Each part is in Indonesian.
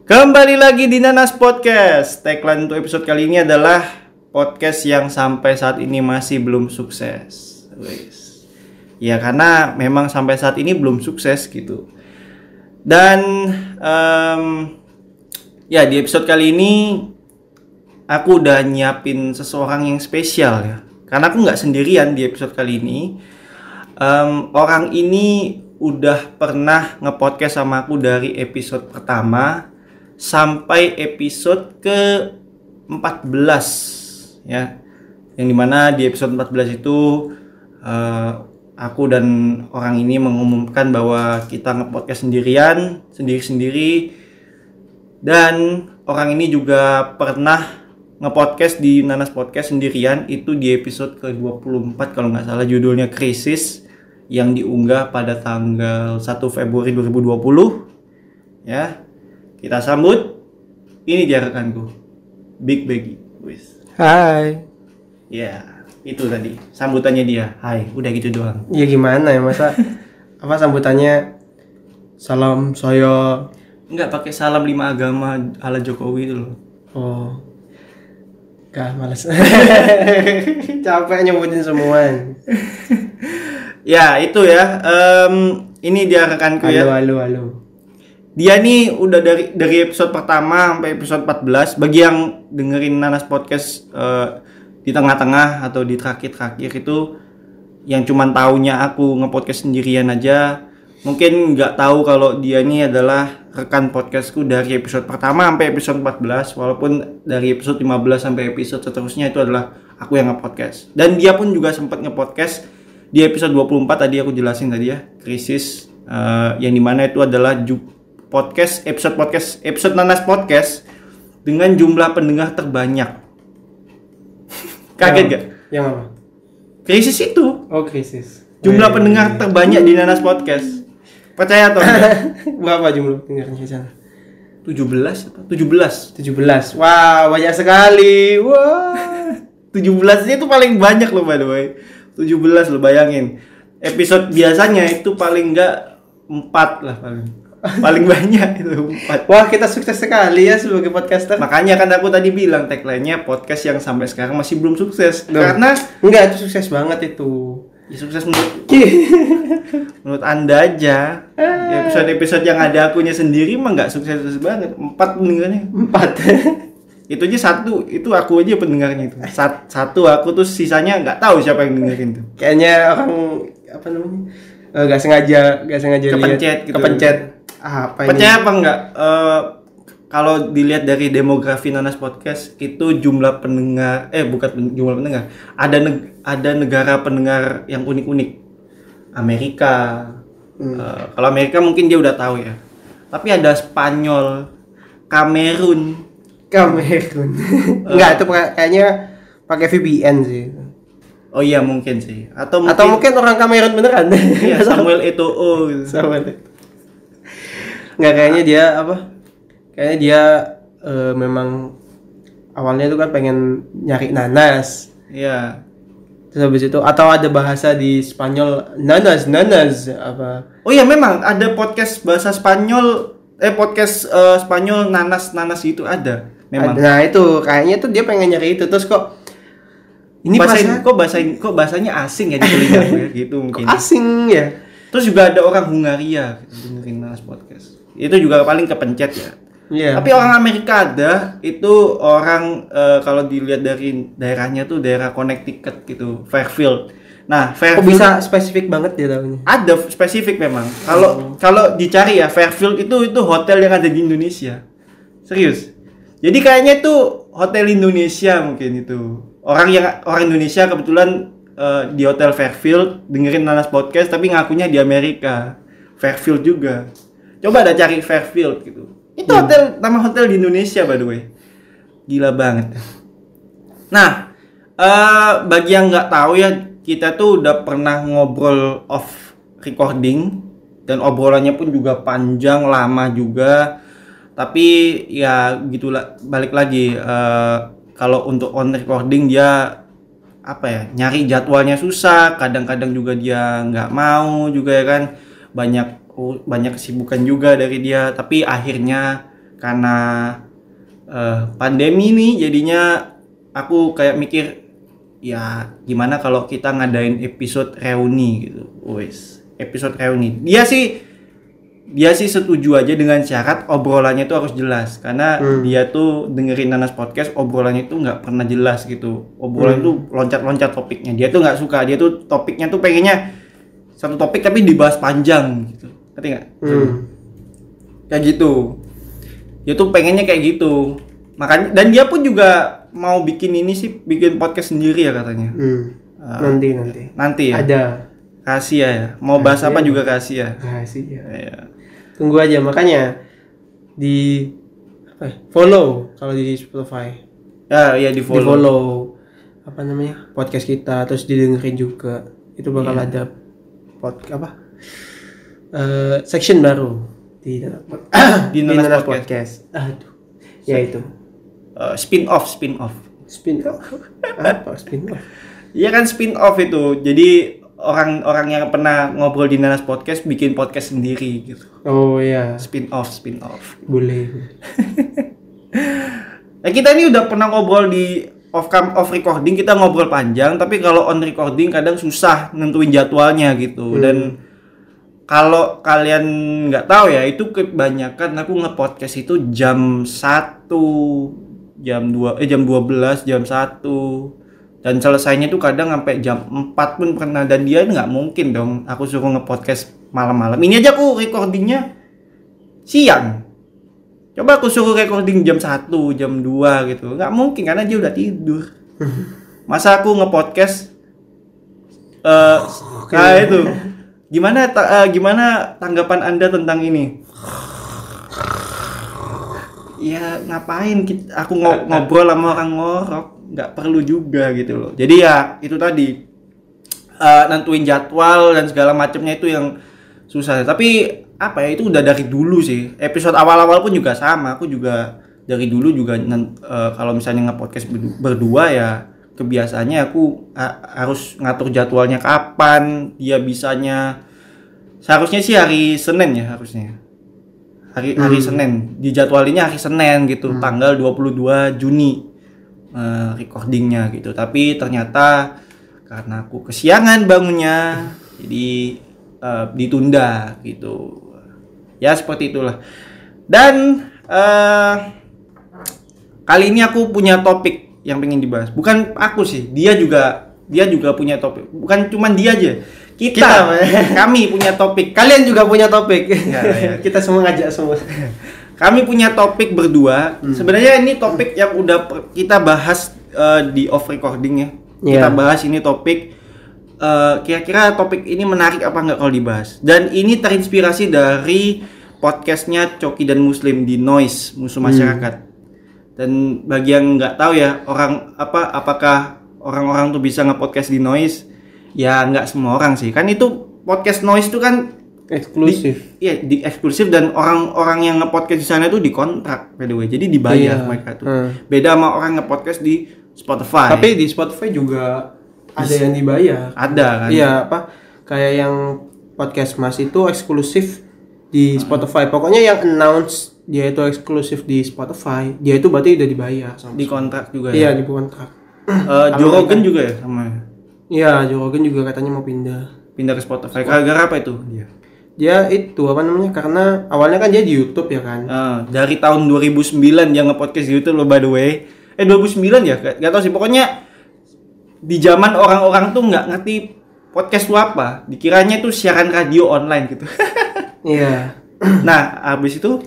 Kembali lagi di Nanas Podcast. Tagline untuk episode kali ini adalah podcast yang sampai saat ini masih belum sukses. Ya karena memang sampai saat ini belum sukses gitu. Dan ya di episode kali ini aku udah nyiapin seseorang yang spesial ya. Karena aku nggak sendirian di episode kali ini. Orang ini udah pernah nge-podcast sama aku dari episode pertama sampai episode ke-14 ya. Yang dimana di episode 14 itu aku dan orang ini mengumumkan bahwa kita nge-podcast sendiri-sendiri. Dan orang ini juga pernah nge-podcast di Nanas Podcast sendirian, itu di episode ke-24 kalau nggak salah, judulnya Krisis, yang diunggah pada tanggal 1 Februari 2020 ya. Kita sambut, ini dia rekanku, Big Baggy. Hai. Ya, itu tadi sambutannya dia. Hai, udah gitu doang. Ya gimana ya, masa apa sambutannya salam saya. Enggak pakai salam 5 agama ala Jokowi itu loh. Oh. Gak, males. Capek nyebutin semua. Ya, itu ya. Ini dia rekanku ya. Halo. Dia nih udah dari episode pertama sampai episode 14. Bagi yang dengerin Nanas Podcast di tengah-tengah atau di terakhir-terakhir itu, yang cuman taunya aku nge-podcast sendirian aja, mungkin nggak tahu kalau dia ini adalah rekan podcastku dari episode pertama sampai episode 14. Walaupun dari episode 15 sampai episode seterusnya itu adalah aku yang nge-podcast. Dan dia pun juga sempat nge-podcast di episode 24 tadi aku jelasin tadi ya, Krisis, yang dimana itu adalah episode Nanas Podcast dengan jumlah pendengar terbanyak. Kaget gak? Yang apa? Krisis itu. Oh, Krisis. Jumlah pendengar terbanyak di Nanas Podcast. Percaya atau enggak? Berapa jumlah pendengarnya di sana? 17 apa? 17. 17. Wah, banyak sekali. Wah. 17 itu paling banyak loh, by the way. 17 lo bayangin. Episode biasanya itu paling enggak 4 lah paling banyak itu 4. Wah, kita sukses sekali ya sebagai podcaster. Makanya kan aku tadi bilang tagline-nya podcast yang sampai sekarang masih belum sukses. Karena enggak, itu sukses banget itu. Ya sukses menurut Anda aja. Episode-episode yang ada akunya sendiri mah enggak sukses banget. 4 pendengarnya. 4. Itu aja satu, itu aku aja pendengarnya itu. Satu aku tuh, sisanya enggak tahu siapa yang dengerin tuh. Kayaknya orang apa namanya? Enggak sengaja kepencet gitu. Kepencet. Apa ini? Percaya apa enggak? Kalau dilihat dari demografi Nanas Podcast itu jumlah pendengar, bukan jumlah pendengar, ada negara pendengar yang unik-unik. Amerika. Kalau Amerika mungkin dia udah tahu ya. Tapi ada Spanyol, Kamerun. Enggak, itu kayaknya pakai VPN sih. Oh iya mungkin sih. Atau mungkin orang Kamerun beneran. Iya, Samuel Eto'o gitu. Enggak, kayaknya dia apa? Kayaknya dia memang awalnya itu kan pengen nyari nanas. Iya. Terus habis itu atau ada bahasa di Spanyol nanas apa? Oh iya, memang ada podcast bahasa Spanyol, Spanyol nanas itu ada. Memang. Nah, itu kayaknya tuh dia pengen nyari itu, terus kok ini bahasanya asing ya di telinga gue ya, gitu mungkin. Kok asing ya. Terus juga ada orang Hungaria gitu, dengerin Nanas Podcast. Itu juga paling kepencet ya. Iya. Tapi orang Amerika ada, itu orang kalau dilihat dari daerahnya tuh daerah Connecticut gitu, Fairfield. Nah, Fairfield kok bisa spesifik banget dia tahunya? Ada spesifik memang. Kalau dicari ya, Fairfield itu hotel yang ada di Indonesia. Serius. Jadi kayaknya itu hotel Indonesia mungkin itu. Orang Indonesia kebetulan di hotel Fairfield dengerin Nanas Podcast tapi ngakunya di Amerika. Fairfield juga. Coba ada cari Fairfield gitu. Itu nama hotel di Indonesia by the way. Gila banget. Nah, bagi yang nggak tahu ya, kita tuh udah pernah ngobrol off recording dan obrolannya pun juga panjang, lama juga. Tapi ya gitulah, balik lagi kalau untuk on recording dia nyari jadwalnya susah, kadang-kadang juga dia nggak mau juga ya kan, banyak kesibukan juga dari dia, tapi akhirnya karena pandemi nih jadinya aku kayak mikir ya gimana kalau kita ngadain episode reuni gitu. Wes, episode reuni. Dia sih setuju aja dengan syarat obrolannya itu harus jelas karena dia tuh dengerin Nanas podcast obrolannya itu nggak pernah jelas gitu. Obrolan tuh loncat-loncat topiknya. Dia tuh nggak suka. Dia tuh topiknya tuh pengennya satu topik tapi dibahas panjang gitu. Ngerti nggak? Kayak gitu. Dia tuh pengennya kayak gitu. Makanya dan dia pun juga mau bikin podcast sendiri ya katanya. Nanti ya. Ada rahasia ya. Mau bahas apa juga rahasia. Rahasia. Ya. Tunggu aja, makanya di follow kalau di Spotify. Ya di follow. Di follow apa namanya? Podcast kita terus didengerin juga. Itu bakal ada section baru di Nanas Podcast. Aduh. Ya itu. Spin off. Apa spin off? Iya kan spin off itu. Jadi orang-orang yang pernah ngobrol di Nanas Podcast bikin podcast sendiri gitu. Oh iya. Spin off. Boleh. Nah, kita ini udah pernah ngobrol di off recording, kita ngobrol panjang, tapi kalau on recording kadang susah nentuin jadwalnya gitu. Dan kalau kalian nggak tahu ya, itu kebanyakan aku nge-podcast itu jam 1, jam 12, jam 1. Dan selesainya tuh kadang sampai jam 4 pun pernah. Dan dia nggak mungkin dong aku suruh nge-podcast malam-malam. Ini aja aku recordingnya siang. Coba aku suruh recording jam 1, jam 2 gitu. Nggak mungkin karena dia udah tidur. Masa aku nge-podcast itu. Gimana tanggapan Anda tentang ini? Ya ngapain aku ngobrol sama orang ngorok? Nggak perlu juga gitu loh. Jadi ya itu tadi nentuin jadwal dan segala macamnya itu yang susah. Tapi apa ya, itu udah dari dulu sih. Episode awal-awal pun juga sama. Aku juga dari dulu juga kalau misalnya nge-podcast berdua ya kebiasaannya aku harus ngatur jadwalnya kapan dia bisanya. Seharusnya sih hari Senin ya harusnya. Hari Senin. Dijadwalinnya hari Senin gitu, tanggal 22 Juni. Recordingnya gitu, tapi ternyata karena aku kesiangan bangunnya jadi ditunda gitu ya, seperti itulah. Dan kali ini aku punya topik yang pengen dibahas. Bukan aku sih, dia juga punya topik. Bukan cuman dia aja, kita kami punya topik, kalian juga punya topik ya. Kita semua ngajak semua. Kami punya topik berdua. Sebenarnya ini topik yang udah kita bahas di off recording ya. Kita bahas ini topik. Kira-kira topik ini menarik apa enggak kalau dibahas. Dan ini terinspirasi dari podcastnya Coki dan Muslim di Noise, Musuh Masyarakat. Dan bagi yang nggak tahu ya, apakah orang-orang tuh bisa nge-podcast di Noise? Ya nggak semua orang sih. Kan itu podcast Noise itu kan eksklusif. Di eksklusif, dan orang-orang yang nge-podcast di sana tuh dikontrak by the way. Jadi dibayar mereka tuh. Beda sama orang nge-podcast di Spotify. Tapi di Spotify juga ada yang dibayar. Ada kan? Iya, kayak yang podcast Mas itu eksklusif di Spotify. Pokoknya yang announce dia itu eksklusif di Spotify, dia itu berarti udah dibayar sama dikontrak juga ya. Iya, dikontrak. Joe Rogan juga ya sama. Iya, Joe Rogan juga katanya mau pindah ke Spotify. Gara-gara apa itu dia itu karena awalnya kan dia di YouTube ya kan. Dari tahun 2009 dia nge-podcast di YouTube loh by the way. 2009 ya, gak tau sih, pokoknya di zaman orang-orang tuh nggak ngerti podcast itu apa, dikiranya tuh siaran radio online gitu. Iya. Nah, habis itu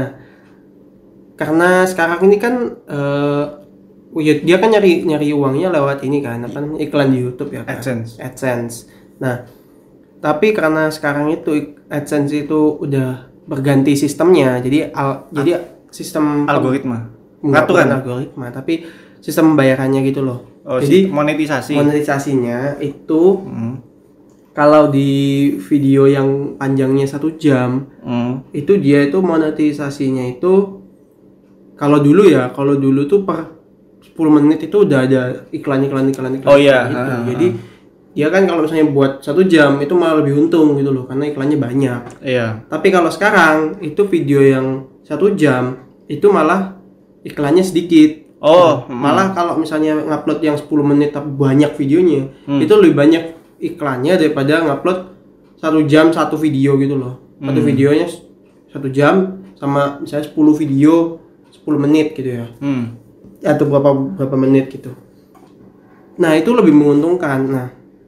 karena sekarang ini kan dia kan nyari uangnya lewat ini kan, iklan di YouTube ya kan. AdSense. Nah, tapi karena sekarang itu AdSense itu udah berganti sistemnya, jadi sistem algoritma. Bukan algoritma, tapi sistem pembayarannya gitu loh. Jadi monetisasinya itu kalau di video yang panjangnya 1 jam, itu dia itu monetisasinya itu kalau dulu tuh per 10 menit itu udah ada iklan. Oh iya. Gitu. Jadi dia kan kalau misalnya buat 1 jam itu malah lebih untung gitu loh, karena iklannya banyak. Iya. Tapi kalau sekarang itu video yang 1 jam itu malah iklannya sedikit. Oh, malah kalau misalnya ngupload yang 10 menit tapi banyak videonya, itu lebih banyak iklannya daripada ngupload 1 jam 1 video gitu loh. Satu videonya 1 jam sama misalnya 10 video 10 menit gitu ya. Atau berapa menit gitu. Nah, itu lebih menguntungkan. Nah,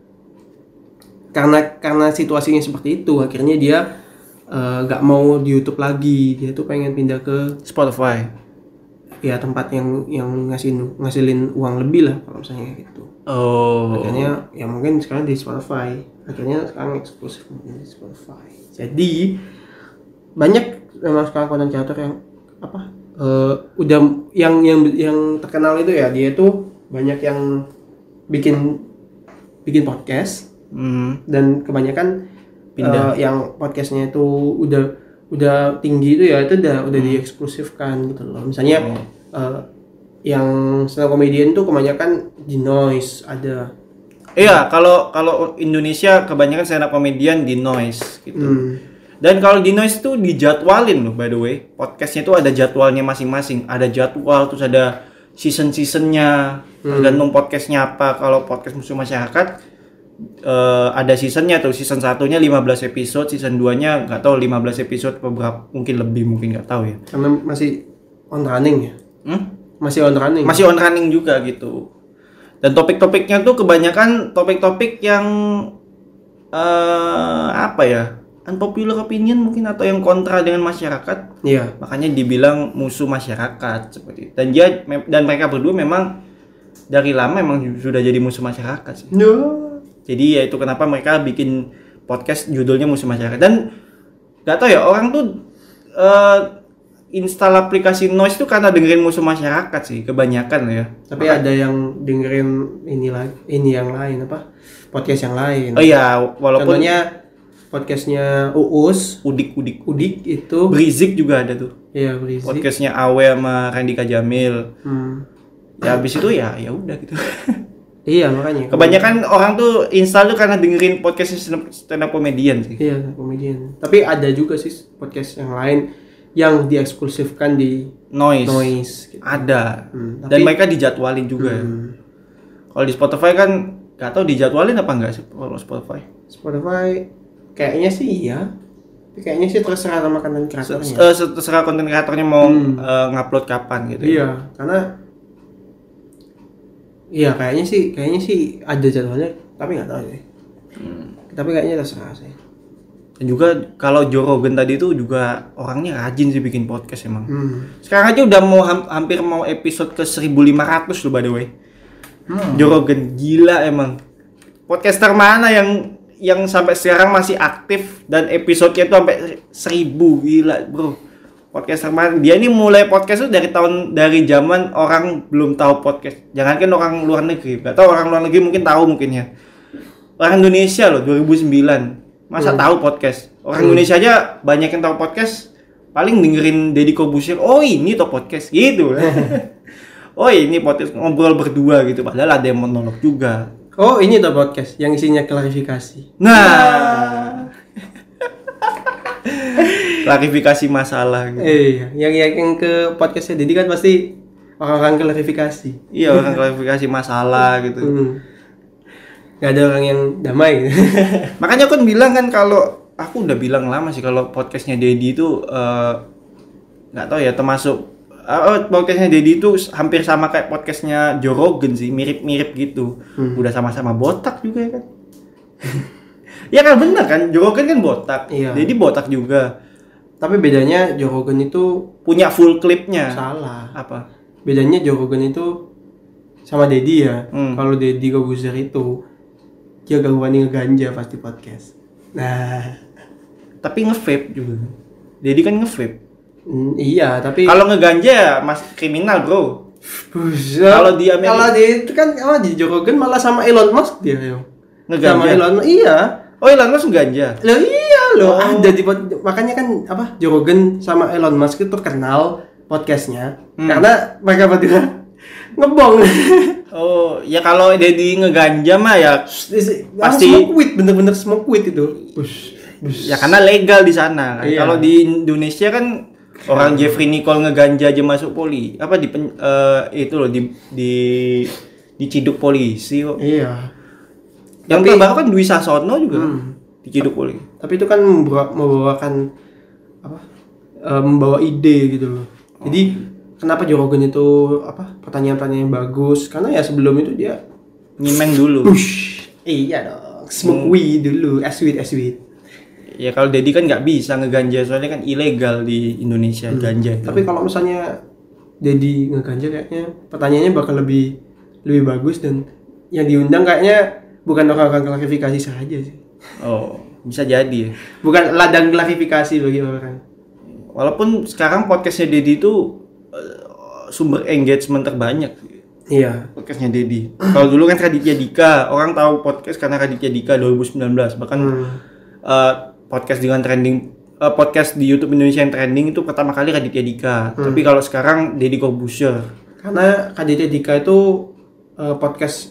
karena situasinya seperti itu, akhirnya dia nggak mau di YouTube lagi. Dia tuh pengen pindah ke Spotify. Ya, tempat yang ngasilin uang lebih lah kalau misalnya gitu. Oh. Akhirnya ya mungkin sekarang di Spotify. Akhirnya sekarang eksklusif di Spotify. Jadi banyak memang sekarang konten kreator yang udah yang terkenal itu ya, dia tuh banyak yang bikin podcast. Dan kebanyakan yang podcastnya itu udah tinggi itu ya, itu udah dieksklusifkan gitu loh. Misalnya yang stand up comedian tuh kebanyakan di Noise ada. Iya, kalau Indonesia kebanyakan stand up comedian di Noise gitu. Dan kalau di Noise tuh dijadwalin loh, by the way. Podcastnya tuh ada jadwalnya masing-masing. Ada jadwal, terus ada season-seasonnya. Tergantung podcastnya apa. Kalau podcast Musuh Masyarakat ada seasonnya tuh. Season 1-nya 15 episode, season 2-nya nggak tahu 15 episode berapa, mungkin lebih, mungkin nggak tahu ya. Karena masih on running ya. Masih on running. Masih on running juga gitu. Dan topik-topiknya tuh kebanyakan topik-topik yang unpopular opinion mungkin, atau yang kontra dengan masyarakat. Iya. Makanya dibilang musuh masyarakat seperti itu. Dan mereka berdua memang dari lama memang sudah jadi musuh masyarakat sih. Jadi ya itu kenapa mereka bikin podcast judulnya Musuh Masyarakat. Dan nggak tahu ya, orang tuh install aplikasi Noise tuh karena dengerin Musuh Masyarakat sih kebanyakan ya. Tapi ada yang dengerin ini yang lain podcast yang lain. Oh iya, walaupun contohnya podcastnya Uus, Udik itu. Brizik juga ada tuh. Iya, Brizik. Podcastnya Awe sama Randika Jamil. Ya habis itu ya udah gitu. Iya, makanya. Kebanyakan orang tuh install tuh karena dengerin podcast stand up comedian sih. Iya, comedian. Tapi ada juga sih podcast yang lain yang dieksklusifkan di Noise gitu. Ada. Dan mereka dijadwalin juga ya. Kalau di Spotify kan nggak tahu dijadwalin apa enggak sih kalau Spotify. Spotify kayaknya sih iya. Kayaknya sih terserah sama konten kreatornya. Terserah konten kreatornya mau ngupload kapan gitu. Iya, karena iya kayaknya sih ada jadwalnya, tapi nggak tahu sih. Tapi kayaknya terserah sih. Dan juga kalau Joe Rogan tadi itu juga orangnya rajin sih bikin podcast emang. Sekarang aja udah mau hampir mau episode ke 1500 loh by the way. Joe Rogan gila emang. Podcaster mana yang sampai sekarang masih aktif dan episodenya tuh sampai 1000, gila bro. Podcaster mana? Dia ini mulai podcast tuh dari zaman orang belum tahu podcast. Jangankan orang luar negeri, nggak tahu orang luar negeri mungkin tahu mungkin ya. Orang Indonesia loh 2009. Masa tahu podcast? Orang Indonesia aja banyak yang tahu podcast, paling dengerin Deddy Corbuzier. Oh ini tuh podcast gitu. Oh ini podcast ngobrol berdua gitu. Padahal ada yang monolog juga. Oh ini tuh podcast yang isinya klarifikasi. Nah, klarifikasi masalah. Gitu. Iya, yang ke podcastnya Deddy kan pasti orang klarifikasi. Iya, orang klarifikasi masalah gitu. Gak ada orang yang damai gitu. Makanya aku bilang kan, kalau aku udah bilang lama sih kalau podcastnya Deddy itu nggak tahu ya, termasuk podcastnya Deddy itu hampir sama kayak podcastnya Joe Rogan sih, mirip-mirip gitu. Udah sama-sama botak juga ya kan. Ya kan bener kan, Joe Rogan kan botak, iya. Deddy botak juga. Tapi bedanya Joe Rogan itu punya full clipnya. Salah. Apa? Bedanya Joe Rogan itu sama Deddy ya. Kalau Deddy Corbuzier itu dia gangguan ngeganja pasti podcast. Nah, tapi nge-vape juga. Deddy kan nge-vape. Iya, tapi kalau ngeganja mas kriminal, bro. Kalau di Amerika, kalau dia itu kan di Joe Rogan malah sama Elon Musk dia, yo. Ngeganja. Sama Elon, iya. Oh, Elon Musk ngeganja. Loh iya loh. Ada makanya kan Joe Rogan sama Elon Musk itu terkenal podcastnya karena mereka berdua ngebong. Oh, ya kalau Deddy ngeganja mah ya pasti smoke weed, bener-bener smoke weed itu. Ya karena legal di sana. Kan. Iya. Kalau di Indonesia kan Orang Jeffrey Nicole ngeganja aja masuk poli. Apa itu loh diciduk polisi kok. Iya. Yang terbaru kan Dwi Sasono juga diciduk polisi. Tapi itu kan membawakan apa? Membawa ide gitu loh. Jadi kenapa Joe Rogan itu pertanyaan-pertanyaan yang bagus? Karena ya sebelum itu dia nyimeng dulu. Iya dong. Smoke weed dulu, as weed. Ya kalau Dedi kan nggak bisa ngeganja soalnya kan ilegal di Indonesia ganja. Tapi kalau misalnya Dedi ngeganja kayaknya pertanyaannya bakal lebih bagus dan yang diundang kayaknya bukan orang-orang klarifikasi saja sih. Oh, bisa jadi ya. Bukan ladang klarifikasi bagi orang. Walaupun sekarang podcastnya Dedi itu sumber engagement terbanyak. Iya. Podcastnya Dedi. Kalau dulu kan Raditya Dika, orang tahu podcast karena Raditya Dika 2019 bahkan podcast dengan podcast di YouTube Indonesia yang trending itu pertama kali Raditya Dika. Tapi kalau sekarang Deddy Corbuzier. Karena Raditya Dika itu podcast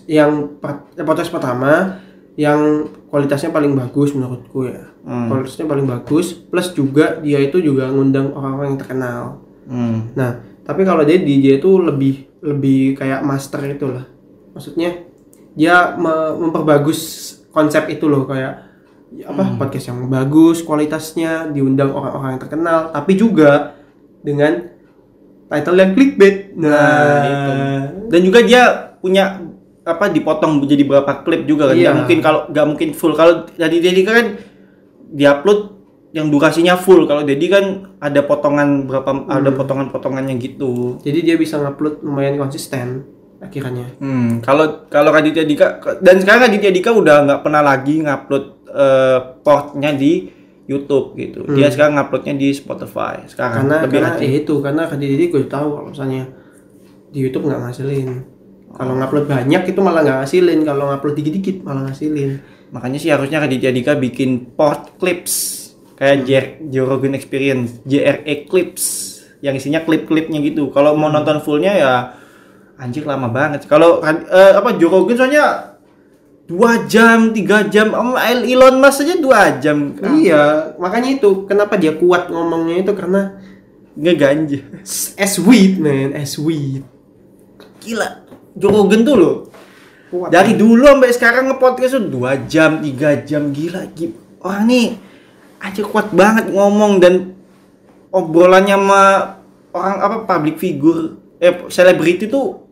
pertama yang kualitasnya paling bagus menurutku ya. Kualitasnya paling bagus plus juga dia itu juga ngundang orang-orang yang terkenal. Nah, tapi kalau Deddy dia itu lebih kayak master itulah. Maksudnya dia memperbagus konsep itu loh kayak podcast yang bagus kualitasnya, diundang orang-orang yang terkenal tapi juga dengan title yang clickbait. Nah, itu. Dan juga dia punya dipotong jadi berapa klip juga kan. Iya. Nggak mungkin full. Kalau dari Dedi kan diupload yang durasinya full. Kalau Dedi kan ada potongan ada potongan-potongannya gitu. Jadi dia bisa ngupload lumayan konsisten akhirnya. Kalau Raditya Dika dan sekarang Raditya Dika udah nggak pernah lagi ngupload portnya di YouTube gitu. Dia sekarang nguploadnya di Spotify. Sekarang karena Raditya Dika gue tahu kalau misalnya di YouTube nggak ngasilin. Kalau ngupload banyak itu malah nggak ngasilin. Kalau ngupload dikit-dikit malah ngasilin. Makanya sih harusnya Raditya Dika bikin port clips kayak Joe Rogan Experience, JRE clips yang isinya klip-klipnya gitu. Kalau mau nonton fullnya ya anjir lama banget. Kalau Joe Rogan soalnya 2 jam, 3 jam, Elon Musk aja 2 jam. Iya, makanya itu kenapa dia kuat ngomongnya itu karena ngeganja. As weed, man, as weed. Gila, Joe Rogan tuh loh. Kuat, dari dulu sampai sekarang nge-podcast tuh 2 jam, 3 jam, gila. Orang nih aja kuat banget ngomong dan obrolannya sama orang public figure, selebriti tuh,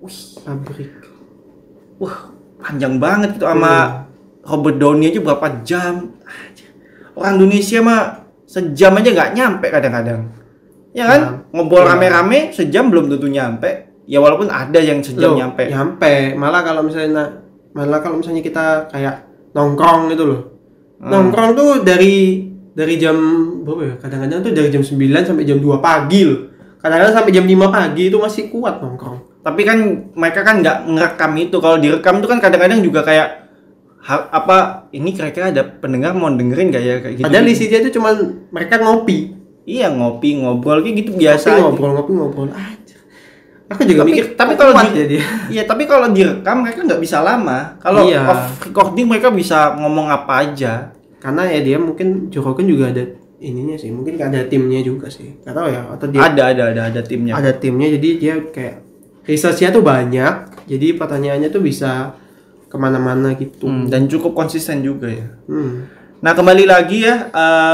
panjang banget gitu. Sama Robert Downey aja berapa jam. Orang Indonesia mah sejam aja nggak nyampe kadang-kadang. Ya kan? Ngobrol rame-rame sejam belum tentu nyampe. Ya walaupun ada yang sejam nyampe. Malah kalau misalnya kita kayak nongkrong gitu loh. Nongkrong tuh dari jam berapa ya? Kadang-kadang tuh dari jam 9 sampai jam 2 pagi loh. Kadang-kadang sampai jam 5 pagi itu masih kuat nongkrong. Tapi kan mereka kan nggak ngerekam itu. Kalau direkam itu kan kadang-kadang juga kayak ini kira-kira ada pendengar mau dengerin gak ya kayak gitu. Padahal di situ itu cuma mereka ngopi. Iya, ngopi, ngobrol kayak gitu biasa. Ngobrol aja. Aku juga mikir tapi kalau iya, tapi kalau direkam mereka nggak bisa lama. Kalau off recording mereka bisa ngomong apa aja. Karena ya dia mungkin Joe Rogan juga ada ininya sih. Mungkin ada timnya juga sih. Nggak tahu ya. Atau dia ada timnya. Ada timnya, jadi dia kayak research-nya tuh banyak. Jadi pertanyaannya tuh bisa kemana-mana gitu. Dan cukup konsisten juga ya. Nah kembali lagi ya.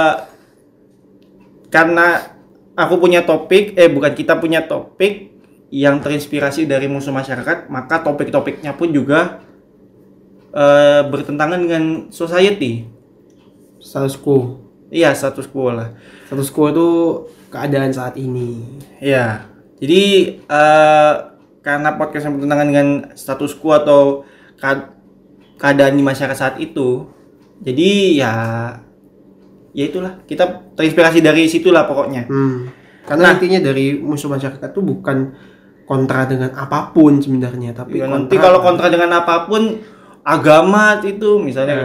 Karena aku punya topik, kita punya topik yang terinspirasi dari musuh masyarakat, maka topik-topiknya pun juga bertentangan dengan society. Status quo. Iya, status quo lah. Status quo itu keadaan saat ini. Iya. Jadi karena podcast yang bertentangan dengan status quo atau keadaan di masyarakat saat itu, jadi ya itulah, kita terinspirasi dari situlah pokoknya. Karena intinya dari musuh masyarakat itu bukan kontra dengan apapun sebenarnya, tapi nanti kalau kontra dengan apapun agama itu misalnya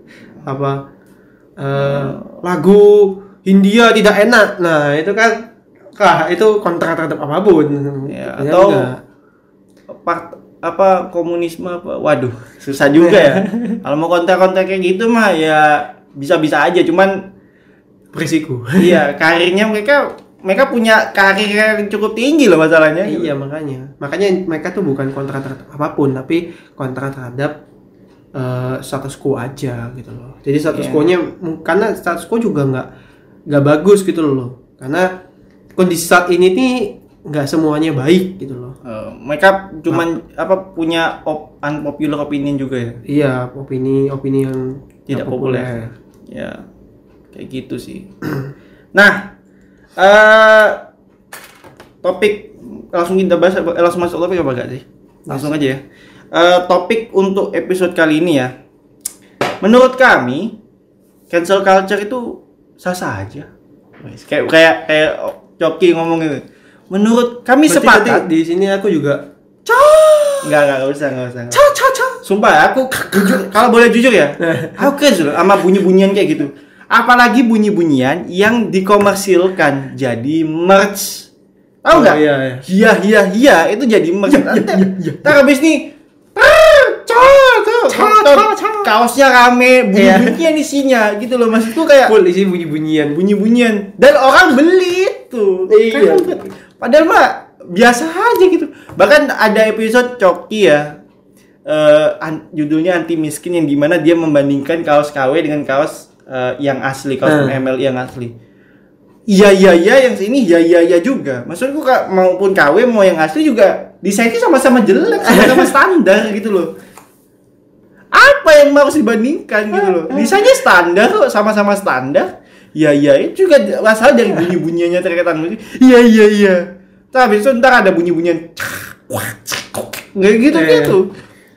lagu Hindia tidak enak, nah itu kan itu kontra terhadap apapun ya, atau komunisme waduh susah juga ya. Kalau mau kontra kayak gitu mah ya bisa-bisa aja, cuman berisiko. Iya, karirnya mereka mereka punya karir yang cukup tinggi loh masalahnya. Iya, makanya mereka tuh bukan kontra terhadap apapun, tapi kontra terhadap status quo aja gitu loh. Jadi status quo-nya, karena status quo juga nggak bagus gitu loh, karena kondisi saat ini nih nggak semuanya baik gitu loh. Mereka cuman punya unpopular opinion juga ya. Iya, opini yang tidak populer. Ya, kayak gitu sih. Nah, topik langsung kita bahas, langsung masuk topik apa enggak sih? Langsung aja ya. Topik untuk episode kali ini ya. Menurut kami, cancel culture itu sah-sah aja. Kayak Coki ngomong gitu. Menurut kami sepakat. Di sini aku juga Enggak usah. Sumpah, aku jujur, kalau boleh jujur ya, aku cringe loh sama bunyi-bunyian kayak gitu. Apalagi bunyi-bunyian yang dikomersilkan jadi merch. Tahu nggak? Iya, itu jadi merch. Ntar habis nih, kaosnya rame, bunyi-bunyian isinya gitu loh. Maksudku kayak full isi bunyi-bunyian. Dan orang beli tuh. Iya. Padahal mah biasa aja gitu. Bahkan ada episode Coki ya, judulnya Anti Miskin, yang dimana dia membandingkan kaos KW dengan kaos yang asli, kaos MLI yang asli. Iya yang sini iya juga. Maksudku maupun KW mau yang asli juga desainnya sama-sama jelek, sama-sama standar gitu loh. Apa yang mau dibandingkan gitu loh? Desainnya standar kok, sama-sama standar. Iya itu juga asal dari bunyi-bunyiannya terketan. Iya. Tapi itu ntar ada bunyi-bunyian nggak gitu.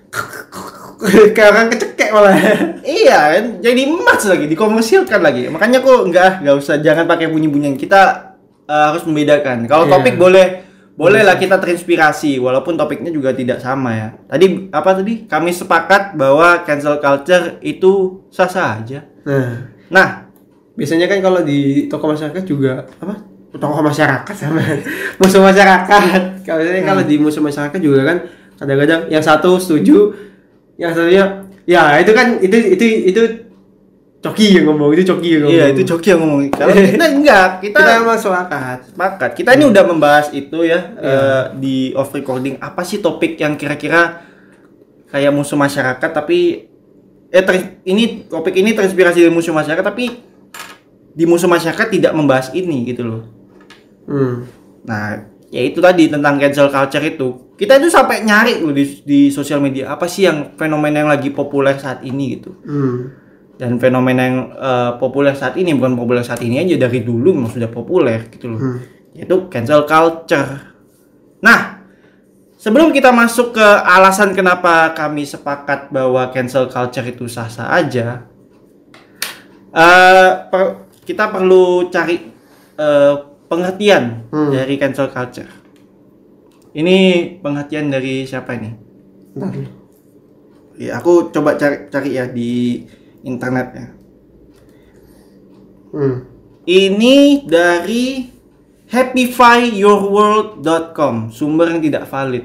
Kayak orang kecekek malah. Iya, jadi emas lagi, dikomersilkan lagi. Makanya kok nggak usah, jangan pakai bunyi-bunyian. Kita harus membedakan. Kalau topik boleh lah kita terinspirasi, walaupun topiknya juga tidak sama ya. Tadi kami sepakat bahwa cancel culture itu sah-sah aja. Nah, biasanya kan kalau di toko masyarakat juga tokoh masyarakat sama musuh masyarakat. Kalau di musuh masyarakat juga kan kadang-kadang yang satu setuju, yang satunya ya itu kan itu Coki yang ngomong. Iya, itu Coki yang ngomong. Kalau kita enggak, kita emang sepakat. Kita ini udah membahas itu ya, di off recording. Apa sih topik yang kira-kira kayak musuh masyarakat, tapi topik ini terinspirasi dari musuh masyarakat, tapi di musuh masyarakat tidak membahas ini gitu loh. Nah, ya itu tadi tentang cancel culture itu. Kita itu sampai nyari loh di sosial media, apa sih yang fenomena yang lagi populer saat ini gitu. Dan fenomena yang populer saat ini, bukan populer saat ini aja, dari dulu memang sudah populer gitu loh. Yaitu cancel culture. Nah, sebelum kita masuk ke alasan kenapa kami sepakat bahwa cancel culture itu sah-sah aja, kita perlu cari pengertian dari cancel culture. Ini pengertian dari siapa ini? Ya, aku coba cari ya di internet ya. Ini dari happifyyourworld.com, sumber yang tidak valid.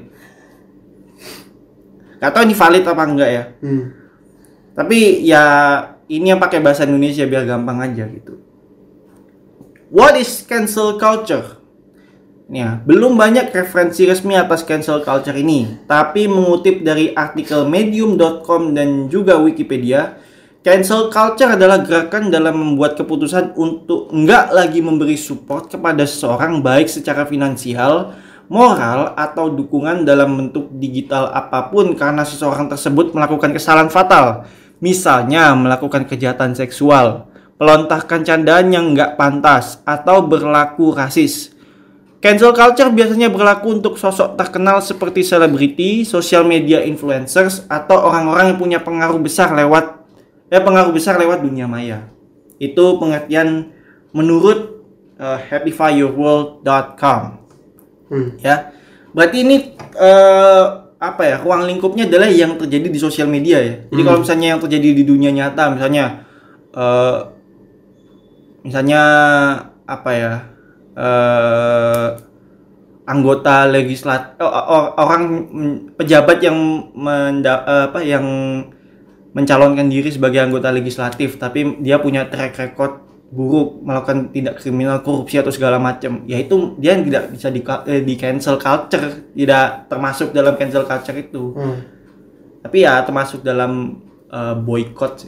Gak tau ini valid apa enggak ya. Tapi ya ini yang pakai bahasa Indonesia biar gampang aja gitu. What is cancel culture? Ya, belum banyak referensi resmi atas cancel culture ini, tapi mengutip dari artikel medium.com dan juga Wikipedia, cancel culture adalah gerakan dalam membuat keputusan untuk enggak lagi memberi support kepada seseorang baik secara finansial, moral, atau dukungan dalam bentuk digital apapun karena seseorang tersebut melakukan kesalahan fatal. Misalnya melakukan kejahatan seksual, pelontarkan candaan yang enggak pantas, atau berlaku rasis. Cancel culture biasanya berlaku untuk sosok terkenal seperti selebriti, social media influencers, atau orang-orang yang punya pengaruh besar lewat dunia maya. Itu pengertian menurut happifyyourworld.com. Ya. Berarti ini ruang lingkupnya adalah yang terjadi di sosial media ya. Jadi kalau misalnya yang terjadi di dunia nyata, misalnya anggota legislatif, orang pejabat yang mencalonkan diri sebagai anggota legislatif, tapi dia punya track record buruk, melakukan tindak kriminal, korupsi atau segala macam, ya itu dia tidak bisa di cancel culture, tidak termasuk dalam cancel culture itu. Tapi ya termasuk dalam boycott sih.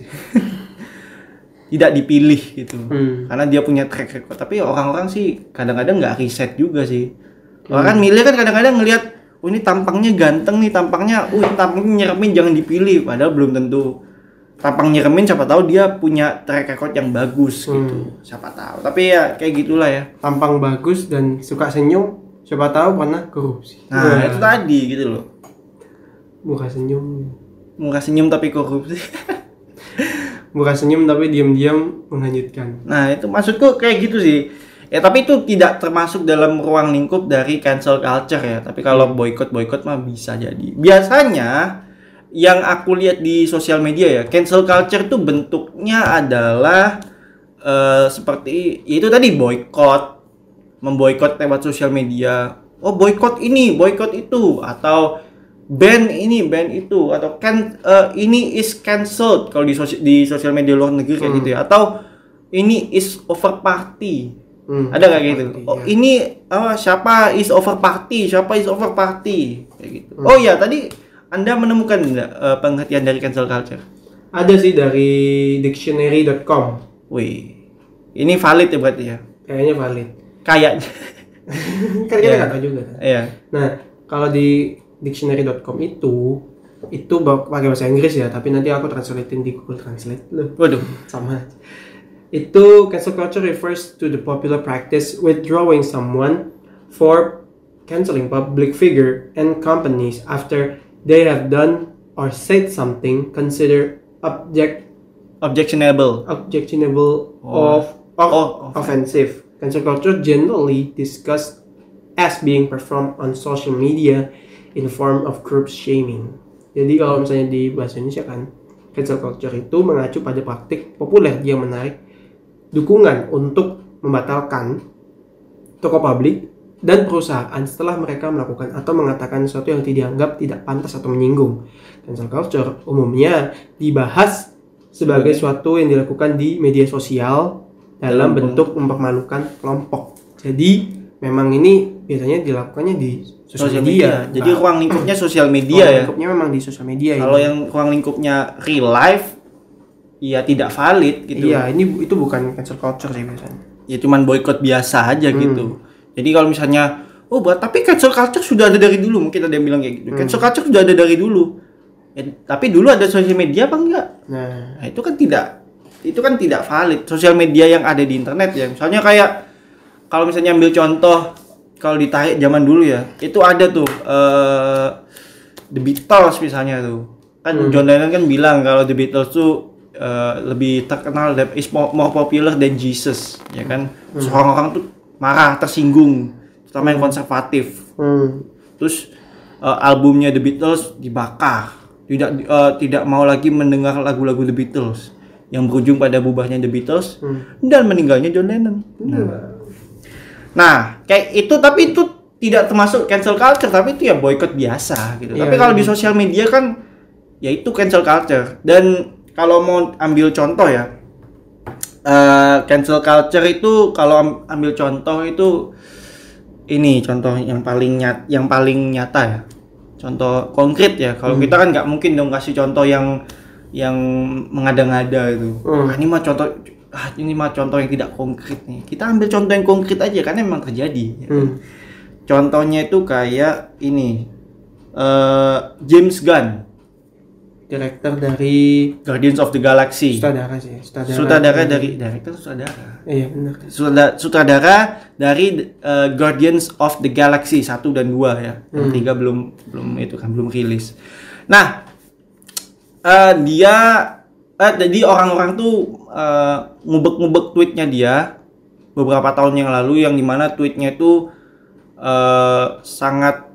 Tidak dipilih gitu. Karena dia punya track record. Tapi orang-orang sih kadang-kadang nggak riset juga sih. Orang kan milih kan kadang-kadang ngelihat, oh ini tampangnya ganteng nih, tampangnya nyeremin, jangan dipilih. Padahal belum tentu tampang nyeremin, siapa tahu dia punya track record yang bagus gitu. Siapa tahu. Tapi ya kayak gitulah ya. Tampang bagus dan suka senyum, siapa tahu pernah korupsi. Nah, itu tadi gitu loh. Muka senyum tapi korupsi. Muka senyum tapi diam-diam menghanyutkan. Nah, itu maksudku kayak gitu sih. Ya tapi itu tidak termasuk dalam ruang lingkup dari cancel culture ya. Tapi kalau boycott mah bisa jadi. Biasanya yang aku lihat di sosial media ya, cancel culture tuh bentuknya adalah seperti itu tadi, boycott, memboikot lewat sosial media. Oh, boycott ini, boycott itu, atau ban ini, ban itu, atau ini is cancelled kalau di sosial media luar negeri kayak gitu ya. Atau ini is over party. Ada nggak gitu? Oh, ya. Ini siapa is over party kayak gitu. Oh ya, tadi Anda menemukan pengertian dari cancel culture? Ada sih dari dictionary.com. Wih, ini valid ya berarti ya? Kayaknya valid. Kayaknya. Kan kita nggak tahu juga. Iya. Nah, kalau di dictionary.com itu pakai bahasa Inggris ya, tapi nanti aku translatein di Google Translate loh. Waduh, sama. Itu cancel culture refers to the popular practice withdrawing someone for canceling public figure and companies after they have done or said something considered objectionable or offensive. Cancel culture generally discussed as being performed on social media in form of group shaming. Jadi kalau misalnya di bahasa Indonesia kan, cancel culture itu mengacu pada praktik populer yang menarik dukungan untuk membatalkan tokoh publik dan perusahaan setelah mereka melakukan atau mengatakan sesuatu yang dianggap tidak pantas atau menyinggung. Cancel culture umumnya dibahas sebagai sesuatu yang dilakukan di media sosial dalam bentuk mempermalukan kelompok. Jadi memang ini biasanya dilakukannya di sosial media. Jadi ruang lingkupnya sosial media ya. Lingkupnya memang di sosial media. Kalau yang ruang lingkupnya real life, ya tidak valid gitu. Iya, itu bukan cancel culture sih biasanya. Ya cuman boykot biasa aja gitu. Jadi kalau misalnya, tapi cancel culture sudah ada dari dulu, mungkin ada yang bilang kayak gitu. Cancel culture sudah ada dari dulu. Ya, tapi dulu ada sosial media apa enggak? Nah, itu kan tidak valid. Sosial media yang ada di internet ya. Misalnya kayak kalau misalnya ambil contoh, kalau ditarik zaman dulu ya, itu ada tuh The Beatles misalnya tuh. Kan John Lennon kan bilang kalau The Beatles tuh lebih terkenal, is more popular than Jesus, ya kan? Orang-orang tuh marah, tersinggung, terutama yang konservatif. Terus albumnya The Beatles dibakar, tidak mau lagi mendengar lagu-lagu The Beatles, yang berujung pada bubarnya The Beatles dan meninggalnya John Lennon. Nah, kayak itu, tapi itu tidak termasuk cancel culture, tapi itu ya boykot biasa gitu. Tapi kalau di sosial media kan, ya itu cancel culture. Dan kalau mau ambil contoh ya, cancel culture itu kalau ambil contoh itu ini contoh yang paling nyata ya, contoh konkret ya. Kalau kita kan nggak mungkin dong kasih contoh yang mengada-ngada itu. Ini mah contoh yang tidak konkret nih. Kita ambil contoh yang konkret aja karena memang terjadi. Ya kan? Contohnya itu kayak ini, James Gunn, direktur dari Guardians of the Galaxy. Sutradara Iya benar. Sutradara dari Guardians of the Galaxy 1 dan 2 ya. Yang 3 belum rilis. Nah, jadi orang-orang tuh ngubek-ngubek tweetnya dia beberapa tahun yang lalu, yang dimana tweetnya itu sangat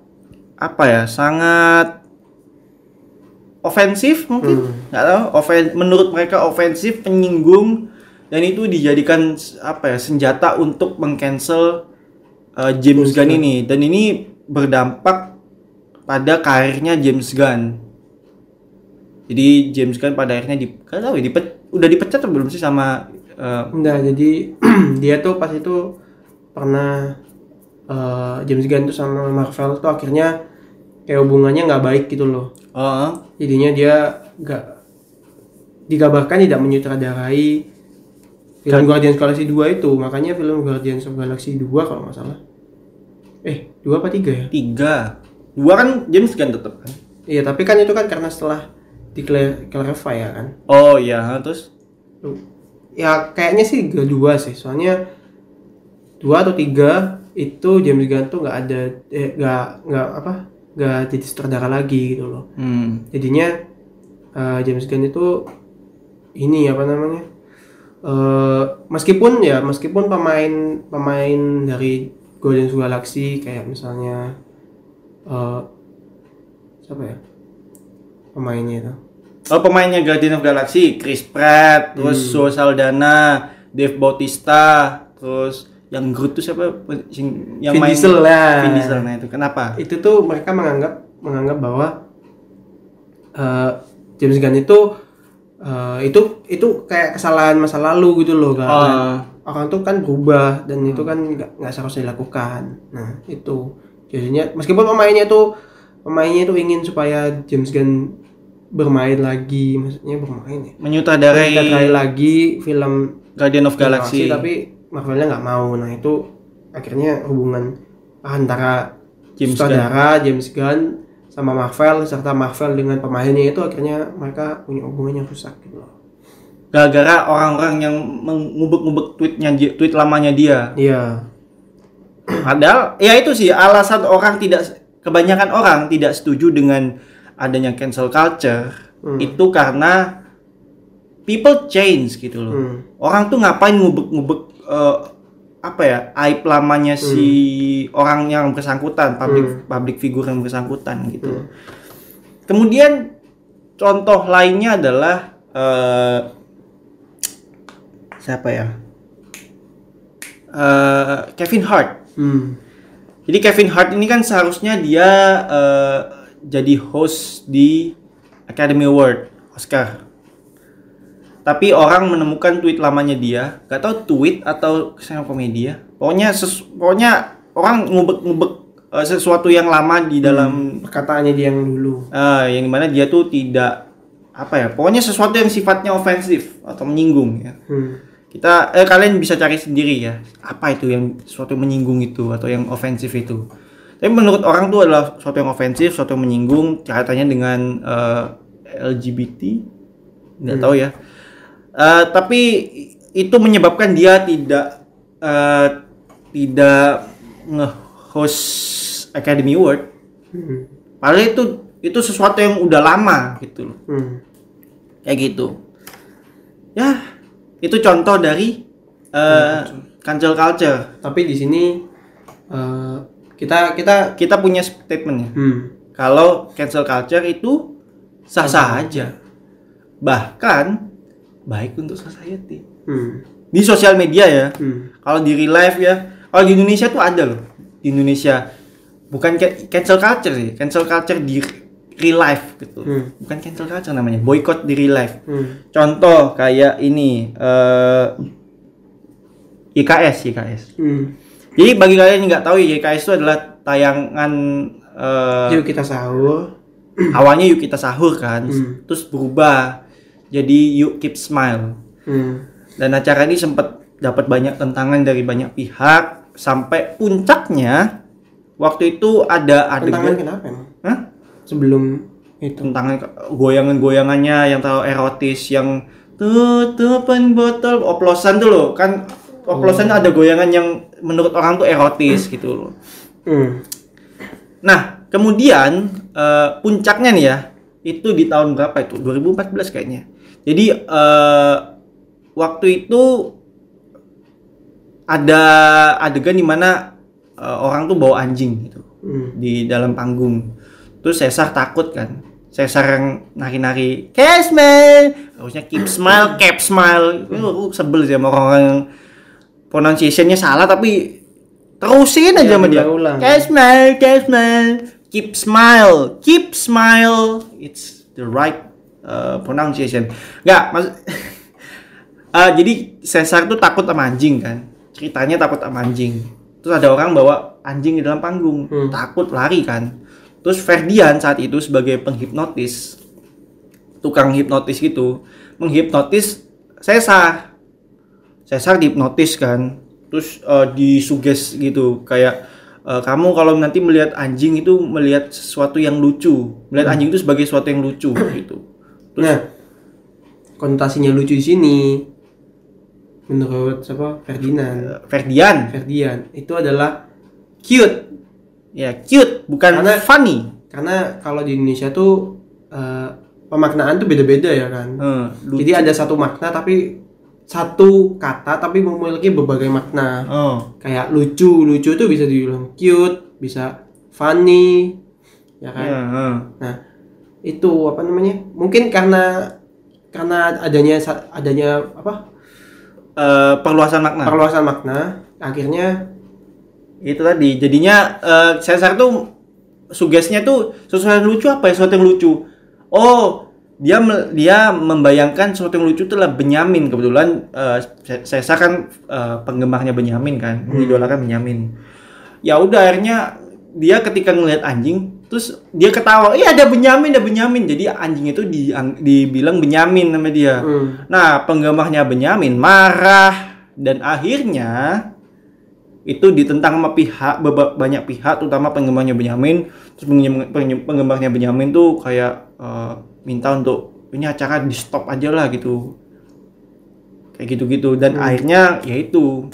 ofensif mungkin, nggak tahu, menurut mereka ofensif, penyinggung, dan itu dijadikan senjata untuk mengcancel James Gunn ini, dan ini berdampak pada karirnya James Gunn. Jadi James Gunn pada akhirnya udah dipecat atau belum sih sama Enggak, jadi dia tuh pas itu pernah James Gunn tuh sama Marvel tuh akhirnya kayak hubungannya nggak baik gitu loh. Jadinya dia nggak dikabarkan tidak menyutradarai film Guardians of Galaxy 2 itu. Makanya film Guardians of Galaxy 2 kalau nggak salah 2 apa 3 ya? 3. 2 kan James Gunn tetap kan? Iya, tapi kan itu kan karena setelah di-clarify ya kan. Oh iya, terus? Ya kayaknya sih kedua sih, soalnya 2 atau 3 itu James Gunn tuh nggak ada nggak jadi sutradara lagi gitu loh. Jadinya James Gunn itu ini apa namanya, meskipun pemain dari Guardians of the Galaxy kayak misalnya siapa ya pemainnya itu? Pemainnya Guardians of the Galaxy, Chris Pratt, terus Zoe Saldana, Dave Bautista, terus yang Groot tuh siapa? Yang Vin Diesel lah. Vin Diesel, nah itu kenapa? Itu tuh mereka menganggap bahwa James Gunn itu kayak kesalahan masa lalu gitu loh kan. Orang tuh kan berubah dan itu kan nggak seharusnya dilakukan. Nah itu jadinya meskipun pemainnya itu ingin supaya James Gunn bermain lagi, maksudnya menyutradarai lagi film Guardian of Galaxy, tapi Marvelnya nggak mau. Nah itu akhirnya hubungan antara James Gunn sama Marvel serta Marvel dengan pemainnya itu akhirnya mereka punya hubungan yang rusak gitu loh. Gara-gara orang-orang yang mengubek-ubek tweet lamanya dia. Iya. Padahal ya itu sih alasan kebanyakan orang tidak setuju dengan adanya cancel culture itu karena people change gitu loh. Orang tuh ngapain ngubek-ngubek aib lamanya si orang yang bersangkutan, public figure yang bersangkutan gitu. Kemudian contoh lainnya adalah siapa ya? Kevin Hart. Jadi Kevin Hart ini kan seharusnya dia jadi host di Academy Award Oscar. Tapi orang menemukan tweet lamanya dia, gak tahu tweet atau stand up comedy ya. Pokoknya orang ngubek-ngubek sesuatu yang lama di dalam perkataannya dia yang dulu. Yang dimana dia tuh tidak pokoknya sesuatu yang sifatnya ofensif atau menyinggung ya. Kalian bisa cari sendiri ya, apa itu yang sesuatu yang menyinggung itu atau yang ofensif itu. Tapi menurut orang tuh adalah sesuatu yang ofensif, sesuatu yang menyinggung, kaitannya dengan LGBT, nggak tahu ya. Tapi itu menyebabkan dia tidak nge-host Academy Award. Padahal itu sesuatu yang udah lama gitu loh. Kayak gitu. Ya, itu contoh dari cancel culture. Tapi di sini kita punya statementnya. Kalau cancel culture itu sah-sah aja. Bahkan baik untuk society. Di sosial media ya. Kalau di real life ya. Kalau di Indonesia tuh ada loh. Di Indonesia bukan cancel culture sih. Cancel culture di real life gitu. Bukan cancel culture namanya. Boycott di real life. Contoh kayak ini YKS. Jadi bagi kalian yang nggak tahu, YKS itu adalah tayangan Yuk Kita Sahur. Awalnya Yuk Kita Sahur kan, terus berubah jadi Yuk Keep Smile. Dan acara ini sempat dapat banyak tentangan dari banyak pihak sampai puncaknya waktu itu ada Tentangan kenapa emang? Sebelum itu tentangan goyangan-goyangannya yang terlalu erotis, yang tutupan botol oplosan tuh loh kan. Oplosan ada goyangan yang menurut orang tuh erotis gitu loh. Nah, kemudian puncaknya nih ya, itu di tahun berapa itu? 2014 kayaknya. Jadi waktu itu ada adegan di mana orang tuh bawa anjing gitu di dalam panggung. Terus Caesar takut kan. Caesar yang nari-nari Keep Smile, harusnya Keep Smile, Keep Smile. Aku sebel sih sama orang yang pronunciation-nya salah tapi terusin aja sama dia. Keep smile. It's the right pronunciation. Enggak, Jadi Caesar tuh takut sama anjing kan. Ceritanya takut sama anjing. Terus ada orang bawa anjing di dalam panggung, takut lari kan. Terus Ferdian saat itu sebagai penghipnotis, tukang hipnotis gitu, menghipnotis Caesar. Caesar dihipnotis kan. Terus disuges gitu kayak kamu kalau nanti melihat anjing itu melihat sesuatu yang lucu, melihat anjing itu sebagai sesuatu yang lucu gitu. Terus, nah, konotasinya lucu di sini menurut siapa? Ferdian itu adalah cute. Ya, cute, bukan karena funny. Karena kalau di Indonesia tuh pemaknaan tuh beda-beda ya kan. Jadi ada satu makna tapi satu kata tapi memiliki berbagai makna. Kayak lucu tuh bisa dibilang cute, bisa funny, ya kan. Nah, itu apa namanya? Mungkin karena adanya apa? Perluasan makna. Akhirnya itu tadi. Jadinya Caesar tuh sugesnya tuh sesuatu yang lucu apa ya? Sesuatu yang lucu. Oh, dia membayangkan sesuatu yang lucu itulah Benyamin. Kebetulan Caesar kan penggemarnya Benyamin kan, mengidolakan Benyamin. Ya udah akhirnya dia ketika ngelihat anjing, terus dia ketawa, ada Benyamin. Jadi anjing itu dibilang Benyamin sama dia. Nah, penggemarnya Benyamin marah dan akhirnya itu ditentang sama banyak pihak, terutama penggemarnya Benyamin. Terus penggemarnya Benyamin tuh kayak minta untuk ini acara di stop aja lah gitu, kayak gitu dan akhirnya yaitu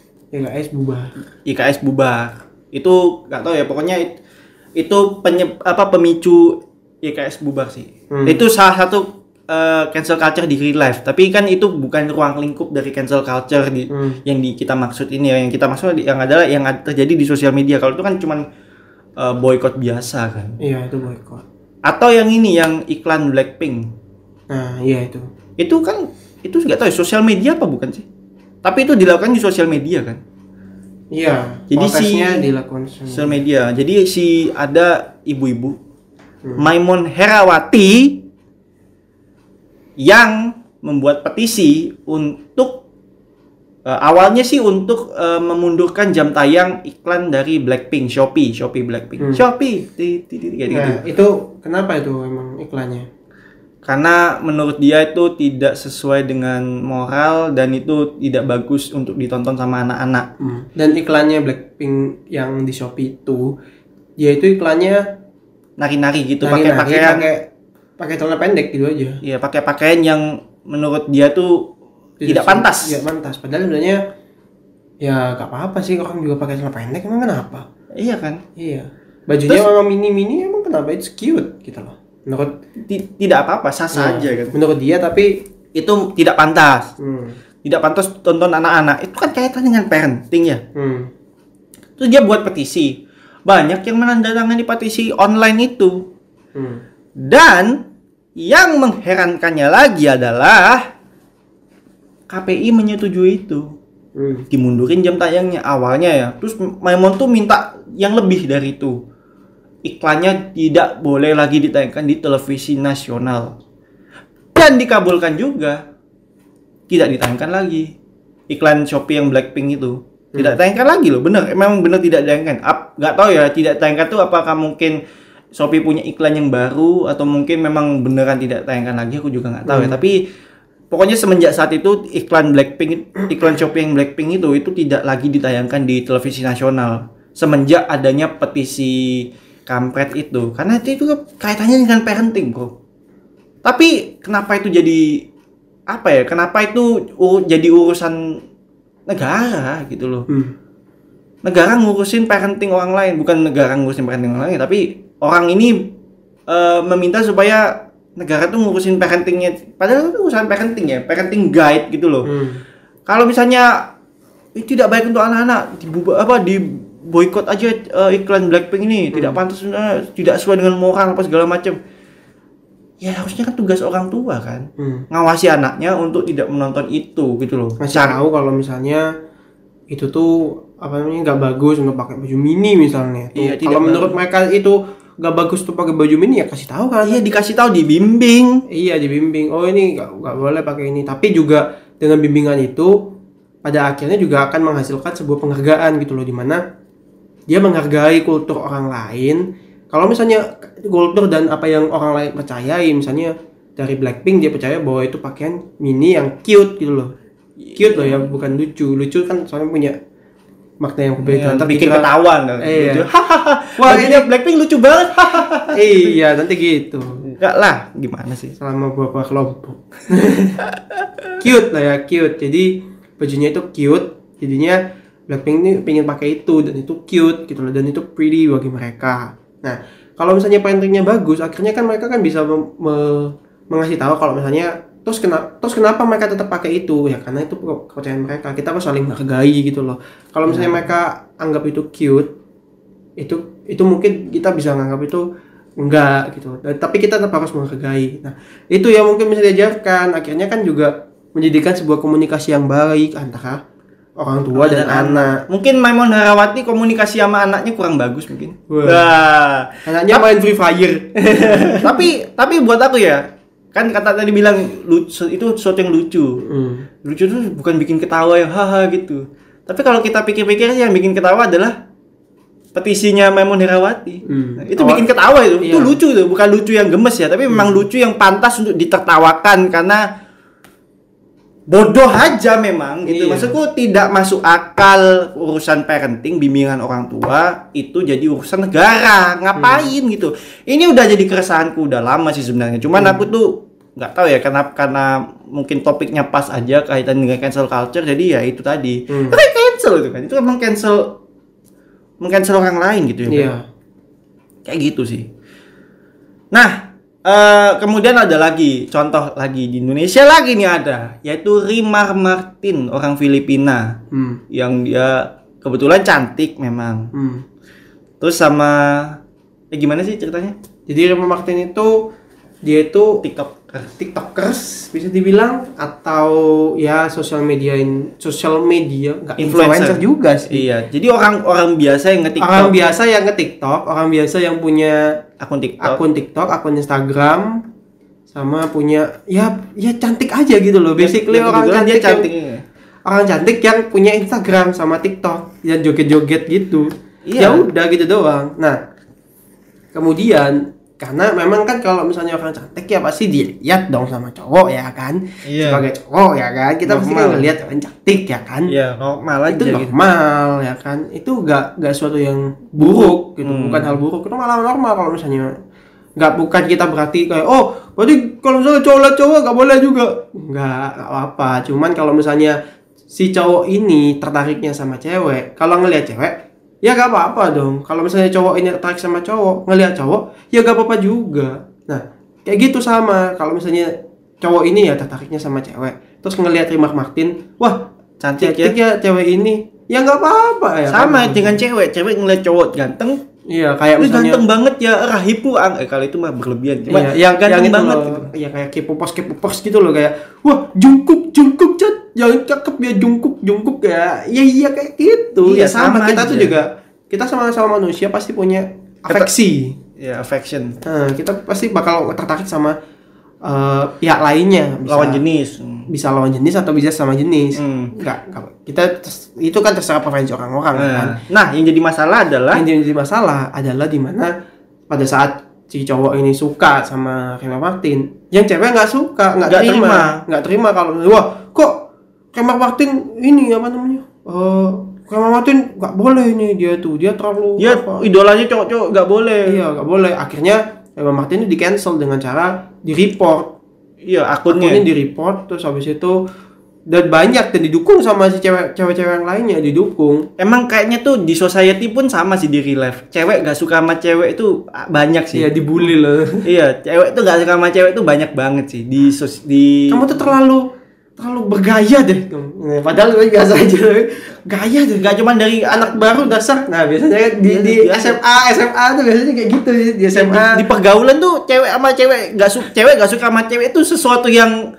IKS bubar. Itu nggak tahu ya, pokoknya itu pemicu IKS bubar sih. Itu salah satu cancel culture di real life, tapi kan itu bukan ruang lingkup dari cancel culture yang kita maksud ini ya. Yang kita maksud yang adalah yang terjadi di sosial media. Kalau itu kan cuman boykot biasa kan. Iya, itu boykot. Atau yang ini, yang iklan Blackpink. Nah, iya itu. Itu kan itu nggak tahu sosial media apa bukan sih? Tapi itu dilakukan di sosial media kan? Iya. Jadi dilakukan sosial media. Jadi ada ibu-ibu Maimun Herawati yang membuat petisi untuk awalnya sih untuk memundurkan jam tayang iklan dari Blackpink, Shopee Blackpink. Shopee kayak gitu. Itu kenapa itu emang iklannya? Karena menurut dia itu tidak sesuai dengan moral dan itu tidak bagus untuk ditonton sama anak-anak. Dan iklannya Blackpink yang di Shopee itu, yaitu iklannya nari-nari gitu, pakai celana pendek gitu aja. Iya, pakai pakaian yang menurut dia tuh tidak pantas. Tidak pantas. Padahal sebenarnya ya gak apa-apa sih, orang juga pakai celana pendek, emang kenapa? Iya kan? Iya. Bajunya memang mini-mini, emang kenapa? It's cute gitu loh. Menurut tidak apa-apa, sah-sah aja kan. Menurut dia, tapi itu tidak pantas. Tidak pantas tonton anak-anak. Itu kan kaitan dengan parenting ya. Terus dia buat petisi. Banyak yang menandatangani petisi online itu. Dan yang mengherankannya lagi adalah KPI menyetujui itu. Dimundurin jam tayangnya awalnya ya. Terus Maimun tuh minta yang lebih dari itu. Iklannya tidak boleh lagi ditayangkan di televisi nasional. Dan dikabulkan juga. Tidak ditayangkan lagi. Iklan Shopee yang Blackpink itu. Tidak ditayangkan lagi loh. Bener, memang bener tidak ditayangkan. Nggak tahu ya, tidak ditayangkan tuh apakah mungkin Shopee punya iklan yang baru atau mungkin memang beneran tidak ditayangkan lagi, aku juga nggak tahu ya. Tapi pokoknya semenjak saat itu iklan Shopee yang Blackpink itu tidak lagi ditayangkan di televisi nasional. Semenjak adanya petisi kampret itu, karena itu kaitannya dengan parenting, bro. Tapi kenapa itu jadi apa ya? Kenapa itu jadi urusan negara gitu loh? Negara ngurusin parenting orang lain, bukan negara ngurusin parenting orang lain, tapi orang ini meminta supaya negara tuh ngurusin parentingnya. Padahal itu urusan parenting ya, parenting guide gitu loh. Kalau misalnya tidak baik untuk anak-anak, boykot aja iklan Blackpink ini, tidak pantas, tidak sesuai dengan moral apa segala macam. Ya harusnya kan tugas orang tua kan, ngawasi anaknya untuk tidak menonton itu gitu loh. Masih tahu kalau misalnya itu tuh apa namanya nggak bagus untuk pakai baju mini misalnya. Iya, kalau menurut mereka itu nggak bagus tuh pakai baju mini, ya kasih tahu kan. Iya, dikasih tahu, dibimbing. Iya, dibimbing. Oh, ini nggak boleh pakai ini. Tapi juga dengan bimbingan itu pada akhirnya juga akan menghasilkan sebuah penghargaan gitu loh, dimana dia menghargai kultur orang lain. Kalau misalnya kultur dan apa yang orang lain percayai, misalnya dari Blackpink dia percaya bahwa itu pakaian mini yang cute gitu loh. Cute loh ya, bukan lucu. Lucu kan soalnya punya makna yang berbeda. Nanti bikin ketahuan. Iya. Wah, ini Blackpink lucu banget. Iya, nanti gitu. Enggak lah, gimana sih? Selama beberapa kelompok. Cute lah ya, cute. Jadi bajunya itu cute. Jadinya Blackpink ini pengen pakai itu dan itu cute gitu loh, dan itu pretty bagi mereka. Nah, kalau misalnya paintingnya bagus, akhirnya kan mereka kan bisa mengasih tahu kalau misalnya terus kenapa mereka tetap pakai itu ya, karena itu kepercayaan mereka. Kita harus saling menghargai gitu loh. Kalau misalnya mereka anggap itu cute, itu mungkin kita bisa menganggap itu enggak gitu, tapi kita tetap harus menghargai. Nah, itu yang mungkin bisa diajarkan. Akhirnya kan juga menjadikan sebuah komunikasi yang baik antara orang tua dan anak. Mungkin Maimun Harawati komunikasi sama anaknya kurang bagus mungkin. Wah. Anaknya main Free Fire. tapi buat aku ya, kan kata tadi bilang lucu, itu sesuatu yang lucu. Lucu itu bukan bikin ketawa yang haha gitu. Tapi kalau kita pikir-pikir, yang bikin ketawa adalah petisinya Maimun Harawati. Itu bikin ketawa itu. Iya. Itu lucu tuh, bukan lucu yang gemes ya, tapi memang lucu yang pantas untuk ditertawakan karena bodoh aja memang gitu. Maksudku tidak masuk akal urusan parenting, bimbingan orang tua itu jadi urusan negara. Ngapain gitu. Ini udah jadi keresahanku udah lama sih sebenarnya. Cuman aku tuh nggak tahu ya, karena mungkin topiknya pas aja kaitan dengan cancel culture, jadi ya itu tadi. Kayak cancel itu kan. Itu emang meng-cancel orang lain gitu ya. Iya. Kayak gitu sih. Nah, kemudian ada lagi contoh lagi di Indonesia lagi nih ada, yaitu Rimar Martin, orang Filipina, yang dia kebetulan cantik memang. Terus sama gimana sih ceritanya? Jadi Rimar Martin itu dia itu tiktokers bisa dibilang, atau ya sosial media nggak influencer juga sih. Iya, jadi orang biasa yang nge-TikTok. Orang biasa yang punya akun TikTok, akun Instagram, sama punya ya cantik aja gitu loh. Basically orang cantik. Orang cantik yang punya Instagram sama TikTok, yang joget-joget gitu. Ya udah gitu doang. Nah, kemudian karena memang kan kalau misalnya orang cantik ya pasti dilihat dong sama cowok ya kan. Sebagai cowok ya kan, kita pasti kan ngelihat orang cantik ya kan. Iya, normal aja. Itu normal gitu. Ya kan. Itu enggak sesuatu yang buruk gitu, bukan hal buruk. Itu malah normal kalau misalnya bukan kita berarti kayak berarti kalau misalnya cowok enggak boleh juga. Enggak apa-apa. Cuman kalau misalnya si cowok ini tertariknya sama cewek, kalau ngelihat cewek ya gak apa-apa dong. Kalau misalnya cowok ini tertarik sama cowok, ngelihat cowok, ya gak apa-apa juga. Nah, kayak gitu sama. Kalau misalnya cowok ini ya tertariknya sama cewek, terus ngelihat Rimar Martin, wah cantik ya cewek ini, ya gak apa-apa ya. Sama kan? Dengan cewek ngelihat cowok ganteng, iya kayak misalnya ganteng banget ya, rahipku kalau itu mah berlebihan. Cuma yang ganteng banget gitu. Ya kayak K-popers gitu loh, kayak wah Jungkook yang cakep ya, Jungkook ya. Iya kayak gitu. Iya, ya sama kita aja. tuh juga, kita sama manusia pasti punya afeksi. Ya, affection. Nah, kita pasti bakal tertarik sama pihak lainnya, lawan jenis. Bisa lawan jenis atau bisa sama jenis. Enggak. Kita itu kan terserah preferensi orang-orang kan. Nah, yang jadi masalah adalah di mana pada saat si cowok ini suka sama Rimar Martin, yang cewek nggak suka, nggak terima kalau wah kok Rimar Martin ini apa namanya? Rimar Martin nggak boleh nih, dia terlalu idolanya cowok-cowok nggak boleh. Iya, nggak boleh. Akhirnya Rimar Martin ini di cancel dengan cara di report. Iya, akunnya di report, terus habis itu dan didukung sama si cewek-cewek yang lainnya, didukung. Emang kayaknya tuh di society pun sama sih, di real life. Cewek gak suka sama cewek itu banyak sih. Iya, dibully loh. Iya, cewek tuh gak suka sama cewek tuh banyak banget sih di kamu tuh terlalu bergaya deh. Padahal gue biasa aja. Gaya deh. Gak cuma dari anak baru dasar. Nah, biasanya di SMA tuh biasanya kayak gitu di SMA. Di pergaulan tuh cewek gak suka sama cewek itu sesuatu yang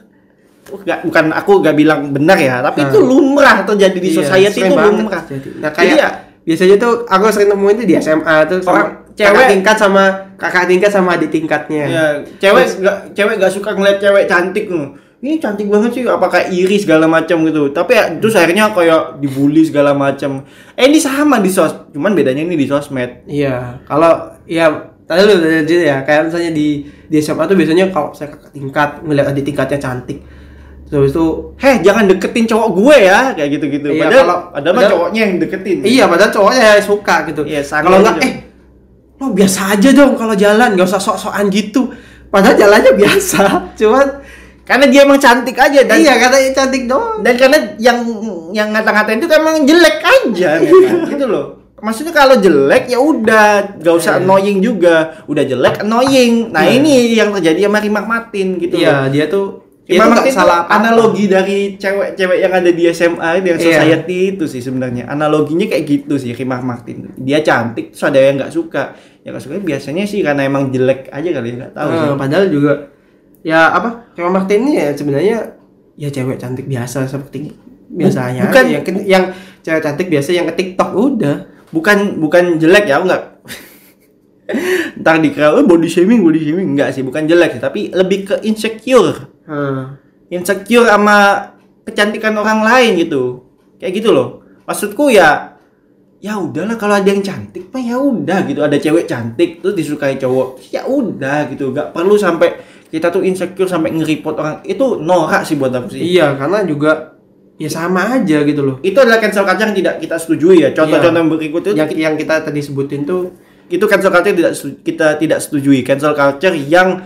aku gak bilang benar ya, tapi itu lumrah terjadi di society, itu lumrah. Nah, kayak biasanya tuh aku sering nemuin tuh di SMA tuh orang cewek kakak tingkat sama adik tingkatnya. Iya, cewek gak suka ngeliat cewek cantik. ini cantik banget sih, apakah iri segala macam gitu. Tapi terus akhirnya kayak dibully segala macam. Ini sama di cuman bedanya ini di sosmed. Iya, kalau ya tadi lu udah ya, kayak misalnya di SMA tuh biasanya kalau saya ke tingkat ngeliat adik tingkatnya cantik, terus itu jangan deketin cowok gue ya, kayak gitu-gitu. Iya, padahal cowoknya yang deketin. Iya, padahal cowoknya yang suka gitu. Iya, kalau enggak lo biasa aja dong kalau jalan, nggak usah sok-sokan gitu. Padahal jalannya biasa, cuman karena dia emang cantik aja. Dan iya, karena cantik doang. Dan karena yang ngata-ngatain itu emang jelek aja gitu loh. Maksudnya kalau jelek ya udah, gak usah annoying juga. Udah jelek annoying. Nah, ini yang terjadi sama Rimak Martin gitu. Iya, dia tuh Rimak Martin salah analogi dari cewek-cewek yang ada di SMA yang society itu sih sebenarnya. Analoginya kayak gitu sih Rimak Martin. Dia cantik terus ada yang enggak suka. Yang enggak suka biasanya sih karena emang jelek aja kali, enggak tahu sih. Padahal juga ya Rimak Martin ini ya sebenarnya ya cewek cantik biasa seperti biasanya. Bukan yang cewek cantik biasa yang ke TikTok udah. Bukan jelek ya, enggak. Ntar dikira body shaming enggak sih, bukan jelek sih, tapi lebih ke insecure. Insecure sama kecantikan orang lain gitu. Kayak gitu loh. Maksudku ya udahlah, kalau ada yang cantik mah ya udah gitu. Ada cewek cantik terus disukai cowok, ya udah gitu. Gak perlu sampai kita tuh insecure sampai nge-report orang. Itu norak sih buat aku sih. Iya, karena juga ya sama aja gitu loh. Itu adalah cancel culture yang tidak kita setujui ya. Contoh-contoh yang berikut itu yang kita tadi sebutin tuh, itu cancel culture kita tidak setujui. Cancel culture yang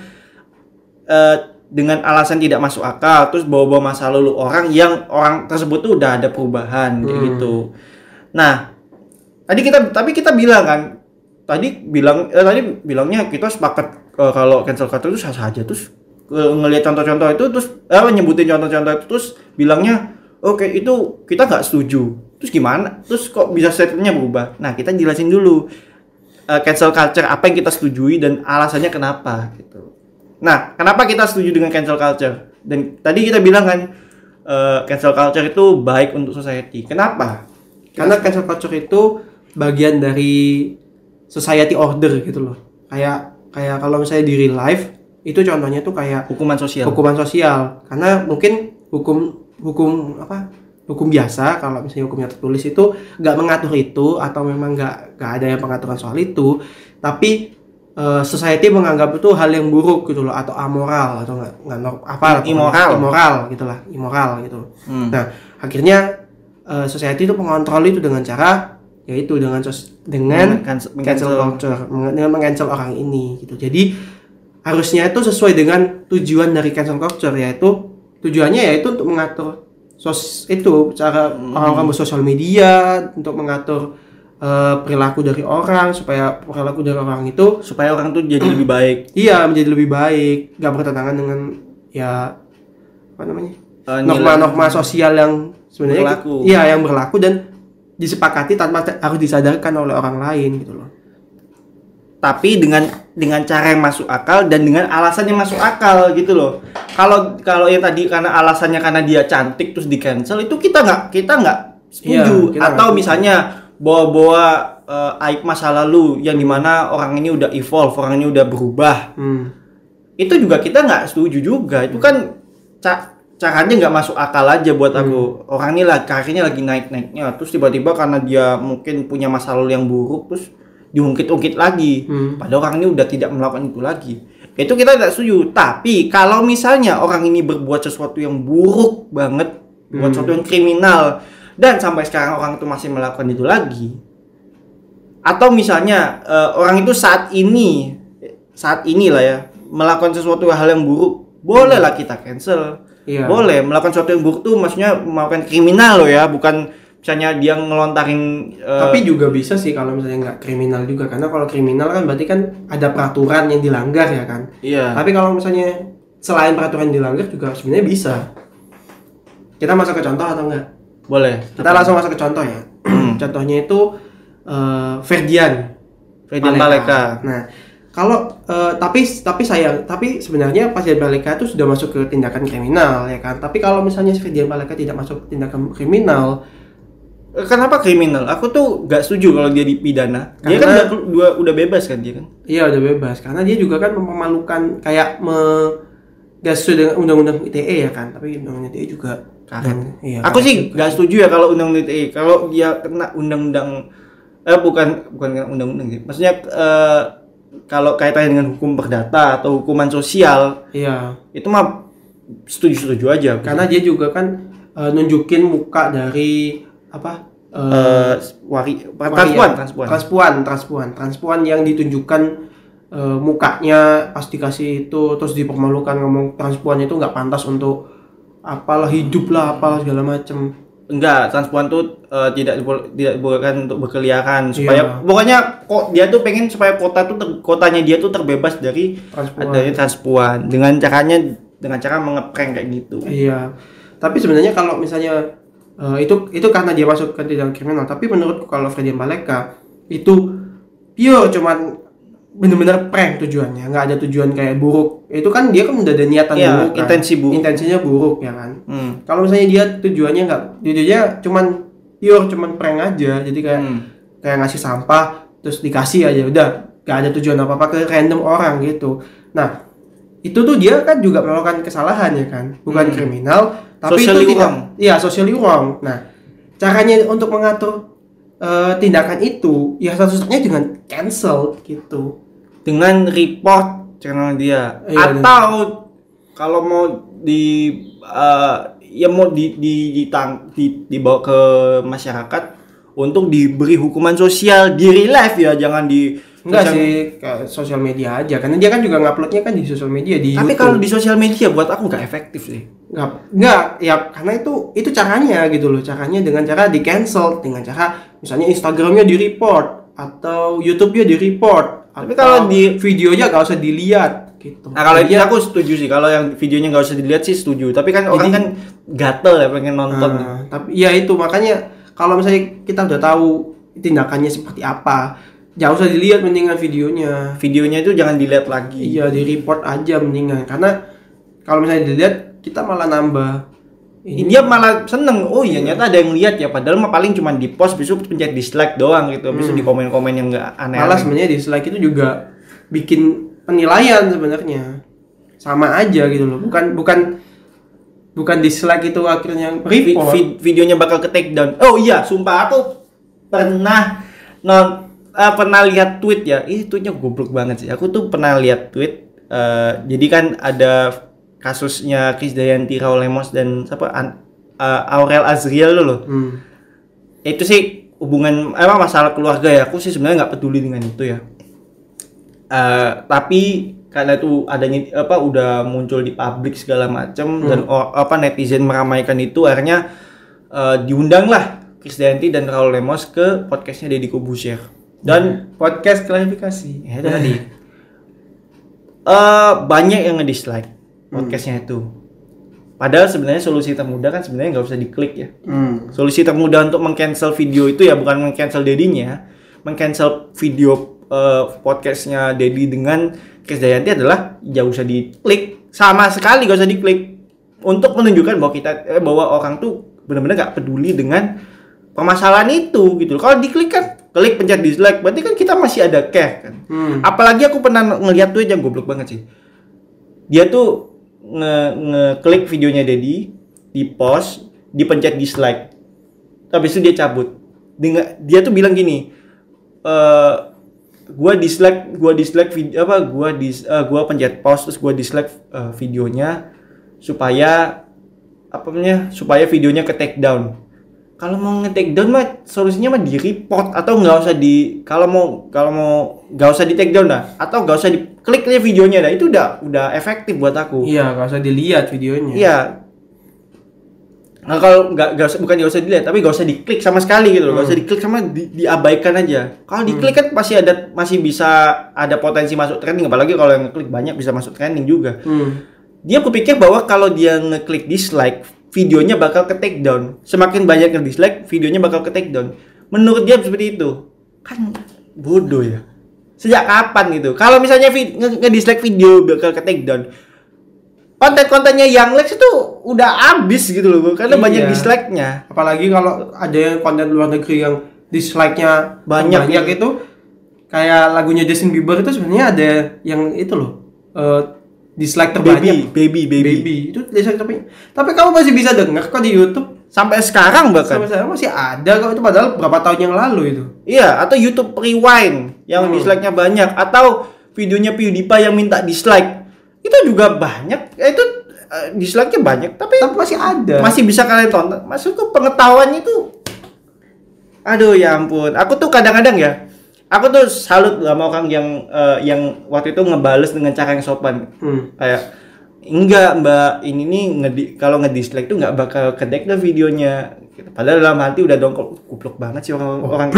dengan alasan tidak masuk akal, terus bawa-bawa masa lalu orang yang orang tersebut tuh udah ada perubahan kayak gitu. Nah, tadi kita bilang kan, tadi bilangnya kita sepakat kalau cancel culture itu sah-sah aja. Terus ngelihat contoh-contoh itu, terus nyebutin contoh-contoh itu, terus bilangnya oke, itu kita nggak setuju. Terus gimana? Terus kok bisa statementnya berubah? Nah, kita jelasin dulu cancel culture apa yang kita setujui dan alasannya kenapa gitu. Nah, kenapa kita setuju dengan cancel culture? Dan tadi kita bilang kan cancel culture itu baik untuk society. Kenapa? Karena cancel culture itu bagian dari society order gitu loh. Kayak kalau misalnya di real life itu contohnya tuh kayak hukuman sosial. Karena mungkin hukum biasa, kalau misalnya hukumnya tertulis itu nggak mengatur itu, atau memang nggak ada yang pengaturan soal itu, tapi society menganggap itu hal yang buruk gitu loh, atau amoral, atau immoral gitu. Nah, akhirnya society itu mengontrol itu dengan cara yaitu dengan cancel culture, dengan meng-cancel orang ini gitu. Jadi harusnya itu sesuai dengan tujuan dari cancel culture, yaitu tujuannya yaitu untuk mengatur cara orang bersosial media, untuk mengatur perilaku dari orang, supaya perilaku dari orang itu orang tuh jadi lebih baik. Iya, menjadi lebih baik, nggak bertentangan dengan norma-norma sosial yang sebenarnya yang berlaku dan disepakati tanpa harus disadarkan oleh orang lain gitu loh. Tapi dengan cara yang masuk akal dan dengan alasan yang masuk akal gitu loh. Kalau yang tadi karena alasannya karena dia cantik terus di cancel, itu kita nggak setuju. Atau misalnya bawa aib masa lalu yang dimana orang ini udah evolve, orang ini udah berubah, itu juga kita nggak setuju juga. Itu kan caranya nggak masuk akal aja buat aku. Orang ini lah karirnya lagi naik-naiknya, terus tiba-tiba karena dia mungkin punya masa lalu yang buruk terus diungkit-ungkit lagi, padahal orang ini udah tidak melakukan itu lagi. Itu kita tidak setuju. Tapi kalau misalnya orang ini berbuat sesuatu yang buruk banget, buat sesuatu yang kriminal, dan sampai sekarang orang itu masih melakukan itu lagi, atau misalnya orang itu saat ini lah ya melakukan sesuatu hal yang buruk, bolehlah kita cancel. Boleh melakukan sesuatu yang buruk tuh maksudnya melakukan kriminal loh ya, bukan misalnya dia ngelontarin tapi juga bisa sih kalau misalnya nggak kriminal juga, karena kalau kriminal kan berarti kan ada peraturan yang dilanggar ya kan. Iya. Tapi kalau misalnya selain peraturan yang dilanggar juga sebenarnya bisa. Kita masuk ke contoh atau enggak? Boleh. Kita langsung masuk ke contoh ya. Contohnya itu Ferdian Paleka. Nah, kalau tapi sebenarnya pas Ferdian Paleka itu sudah masuk ke tindakan kriminal ya kan. Tapi kalau misalnya Ferdian Paleka tidak masuk ke tindakan kriminal, kenapa kriminal? Aku tuh gak setuju kalau dia dipidana. Dia kan udah bebas kan dia kan? Iya, udah bebas. Karena dia juga kan memalukan, kayak nggak sesuai dengan undang-undang ITE ya kan, tapi undang-undang ITE juga karet. Iya, Aku sih nggak setuju ya kalau undang-undang ITE, kalau dia kena undang-undang bukan kena undang-undang sih, maksudnya kalau kaitannya dengan hukum perdata atau hukuman sosial, iya, itu mah setuju-setuju aja. karena dia juga kan nunjukin muka dari apa transpuan yang ditunjukkan mukanya pas dikasih itu, terus dipermalukan ngomong transpuan itu nggak pantas untuk apalah hidup lah apalah segala macem. Enggak, transpuan tuh tidak dibolehkan untuk berkeliaran supaya pokoknya kok dia tuh pengen supaya kotanya dia tuh terbebas dari transpuan dengan cara mengeprank kayak gitu. Iya. Tapi sebenarnya kalau misalnya itu karena dia masuk ke dalam kriminal, tapi menurutku kalau Freddy Maleka itu pure cuman bener-bener prank tujuannya, nggak ada tujuan kayak buruk. Itu kan dia kan udah ada niatan buruk kan, intensinya buruk ya kan. Kalau misalnya dia tujuannya cuman prank aja, jadi kayak ngasih sampah terus dikasih aja udah, nggak ada tujuan apa-apa ke random orang gitu. Nah itu tuh dia kan juga melakukan kesalahan ya kan, bukan kriminal, tapi socially itu socially wrong. Nah caranya untuk mengatur tindakan itu ya satu-satunya dengan cancel gitu, dengan report channel dia, atau kalau mau dibawa ke masyarakat untuk diberi hukuman sosial di real life ya, jangan di enggak sih ke sosial media aja, karena dia kan juga nguploadnya kan di sosial media di tapi YouTube. Kalau di sosial media buat aku nggak efektif sih. Nggak ya, karena itu caranya gitu loh, caranya dengan cara di cancel, dengan cara misalnya Instagramnya di report atau YouTube-nya di report, tapi kalau di videonya nggak usah dilihat gitu. Nah kalau itu aku setuju sih, kalau yang videonya nggak usah dilihat sih setuju, tapi kan orang kan gatel ya pengen nonton. Tapi ya itu makanya kalau misalnya kita udah tahu tindakannya seperti apa, jangan usah dilihat, mendingan videonya itu jangan dilihat lagi. Iya, di report aja mendingan, karena kalau misalnya dilihat kita malah nambah dia malah seneng, ternyata ada yang lihat ya, padahal mah paling cuma di post besok pencet dislike doang gitu, besok di komen-komen yang nggak aneh. Malah sebenarnya dislike itu juga bikin penilaian sebenarnya, sama aja gitu loh, bukan dislike itu akhirnya report, videonya bakal ke take down. Sumpah aku pernah lihat tweet ya, tweetnya goblok banget sih. Aku tuh pernah lihat tweet, jadi kan ada kasusnya Krisdayanti, Raul Lemos dan Aurel Azriel loh. Itu sih hubungan masalah keluarga ya. Aku sih sebenarnya nggak peduli dengan itu ya. Tapi karena itu adanya udah muncul di publik segala macam dan netizen meramaikan itu, akhirnya diundanglah Krisdayanti dan Raul Lemos ke podcastnya Deddy Corbuzier. Dan podcast klarifikasi itu tadi banyak yang nge-dislike podcastnya itu. Padahal sebenarnya solusi termudah kan sebenarnya nggak usah diklik ya. Solusi termudah untuk meng-cancel video itu ya bukan meng-cancel Dedinya, meng-cancel video podcastnya Dedi dengan Krisdayanti adalah ya usah diklik, sama sekali gak usah diklik, untuk menunjukkan bahwa orang tuh benar-benar nggak peduli dengan permasalahan itu gitu. Kalau diklik kan klik pencet dislike, berarti kan kita masih ada care kan. Apalagi aku pernah ngeliat tweet yang goblok banget sih. Dia tuh ngeklik videonya Dedi, di post, dipencet dislike, habis itu dia cabut. Dia tuh bilang gini, gua pencet post terus gua dislike videonya supaya videonya ke take down. Kalau mau nge-take down mah solusinya mah di report, atau nggak usah kalau mau nggak usah di take down dah, atau nggak usah diklik aja videonya dah, itu udah efektif buat aku. Iya, nggak usah dilihat videonya. Iya. Nah kalau nggak usah dilihat, tapi nggak usah diklik sama sekali gitu loh, nggak usah diklik sama diabaikan aja. Kalau diklik kan masih bisa ada potensi masuk trending, apalagi kalau yang ngeklik banyak bisa masuk trending juga. Dia berpikir bahwa kalau dia ngeklik dislike, videonya bakal ke take down. Semakin banyak yang dislike, videonya bakal ke take down. Menurut dia seperti itu. Kan bodoh ya. Sejak kapan gitu? Kalau misalnya nge-dislike video bakal ke take down, konten-kontennya yang likes itu udah habis gitu loh, karena banyak dislike-nya. Apalagi kalau ada yang konten luar negeri yang dislike-nya banyak itu, kayak lagunya Justin Bieber itu sebenarnya ada yang itu loh, dislike terbanyak. Baby. Itu dislike terbanyak. Tapi kamu masih bisa dengar kok di YouTube. Sampai sekarang bahkan. Sampai sekarang masih ada kok, itu padahal berapa tahun yang lalu itu. Iya, atau YouTube Rewind yang dislike-nya banyak, atau videonya PewDiePie yang minta dislike. Itu juga banyak. Itu dislike-nya banyak, tapi masih ada. Masih bisa kalian tonton. Maksudku pengetahuannya itu, aduh ya ampun. Aku tuh kadang-kadang ya, aku tuh salut sama orang yang waktu itu ngebales dengan cara yang sopan. Kayak, enggak mbak, ini nih kalau ngedislike tuh nggak bakal kedek deh videonya. Padahal dalam hati udah dongkol, goblok banget sih orang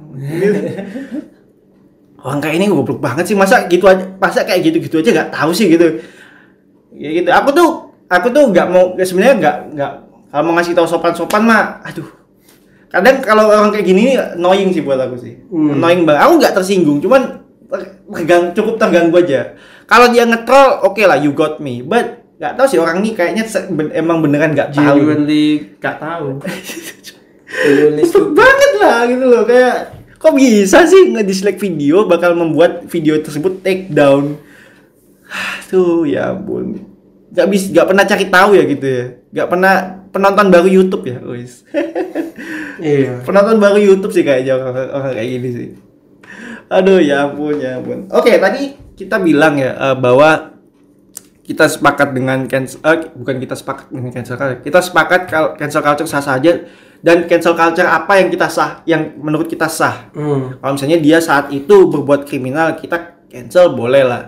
orang kayak ini goblok banget sih, masa kayak gitu aja nggak tahu sih gitu. Ya gitu. Aku tuh nggak mau, sebenarnya nggak kalau mau ngasih tahu sopan mah, aduh. Kadang kalau orang kayak gini annoying sih buat aku sih. Annoying banget. Aku nggak tersinggung, cuman cukup terganggu aja. Kalau dia nge-troll, oke lah, you got me. But nggak tahu sih orang ini kayaknya emang beneran nggak tahu. Genuinely nggak tahu. Cepet banget lah gitu loh, kayak kok bisa sih nge-dislike video bakal membuat video tersebut take down. Tuh ya ampun. Nggak pernah cari tahu ya gitu ya. Nggak pernah penonton baru YouTube ya, guys. Iya. Penonton baru YouTube sih kayaknya orang kayak gini sih. Aduh ya ampun. Oke, tadi kita bilang ya bahwa kita sepakat dengan bukan kita sepakat dengan cancel culture. Kita sepakat kalau cancel culture sah saja, dan cancel culture apa yang menurut kita sah. Kalau misalnya dia saat itu berbuat kriminal, kita cancel boleh lah.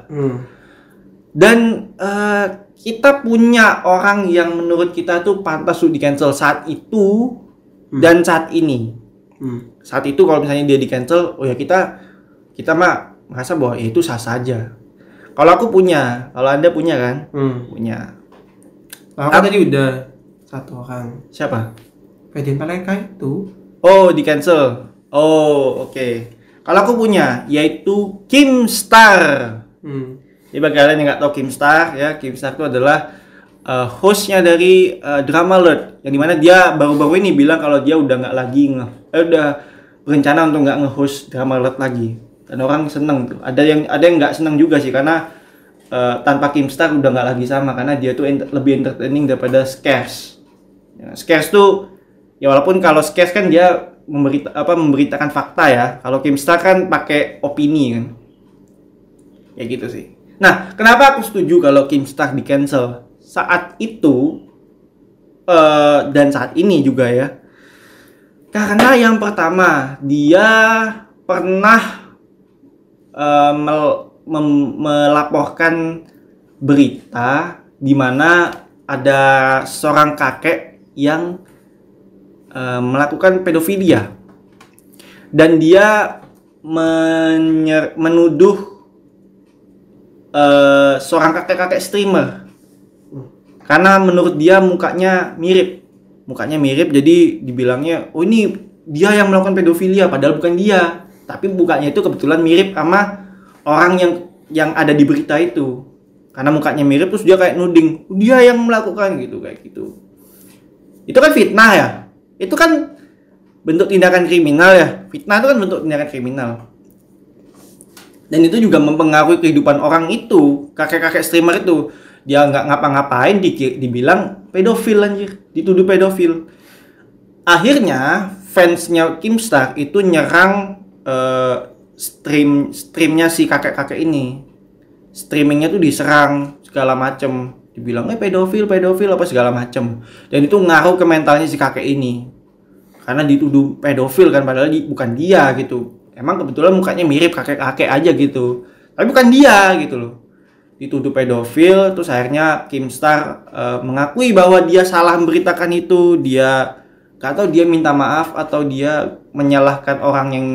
Dan kita punya orang yang menurut kita tuh pantas untuk di cancel saat itu dan saat ini. Saat itu kalau misalnya dia di cancel, oh ya kita mah merasa bahwa itu sah saja. Kalau aku punya, kalau Anda punya kan? Punya. Aku tadi udah satu orang. Siapa? Fedin Paleka itu. Oh, di cancel. Oh, oke. Kalau aku punya, yaitu Kim Star. Jadi bagi kalian yang nggak tahu Kim Star ya, Kim Star itu adalah hostnya dari Drama Alert, yang dimana dia baru-baru ini bilang kalau dia udah nggak lagi udah berencana untuk nggak nge-host Drama Alert lagi. Dan orang seneng tuh. Ada yang nggak seneng juga sih, karena tanpa Kim Star udah nggak lagi sama, karena dia tuh lebih entertaining daripada Scarce. Ya, Scarce tuh ya, walaupun kalau Scarce kan dia memberitakan fakta ya, kalau Kim Star kan pakai opini kan. Ya gitu sih. Nah, kenapa aku setuju kalau Kim Star di cancel saat itu dan saat ini juga ya? Karena yang pertama, dia pernah melaporkan berita di mana ada seorang kakek yang melakukan pedofilia, dan dia menuduh seorang kakek streamer karena menurut dia mukanya mirip, jadi dibilangnya, oh ini dia yang melakukan pedofilia, padahal bukan dia. Tapi mukanya itu kebetulan mirip sama orang yang ada di berita itu. Karena mukanya mirip, terus dia kayak nuding, dia yang melakukan gitu, kayak gitu. Itu kan fitnah ya. Itu kan bentuk tindakan kriminal ya. Fitnah itu kan bentuk tindakan kriminal. Dan itu juga mempengaruhi kehidupan orang itu, kakek-kakek streamer itu. Dia nggak ngapa-ngapain, dibilang pedofil anjir, dituduh pedofil. Akhirnya fansnya Kim Star itu nyerang streamnya si kakek-kakek ini. Streamingnya tuh diserang segala macem, dibilang pedofil apa segala macem. Dan itu ngaruh ke mentalnya si kakek ini, karena dituduh pedofil kan, padahal bukan dia gitu. Emang kebetulan mukanya mirip kakek-kakek aja gitu, tapi bukan dia gitu loh. Dituduh pedofil, terus akhirnya Kim Star mengakui bahwa dia salah memberitakan itu. Dia gak tahu dia minta maaf atau dia menyalahkan orang yang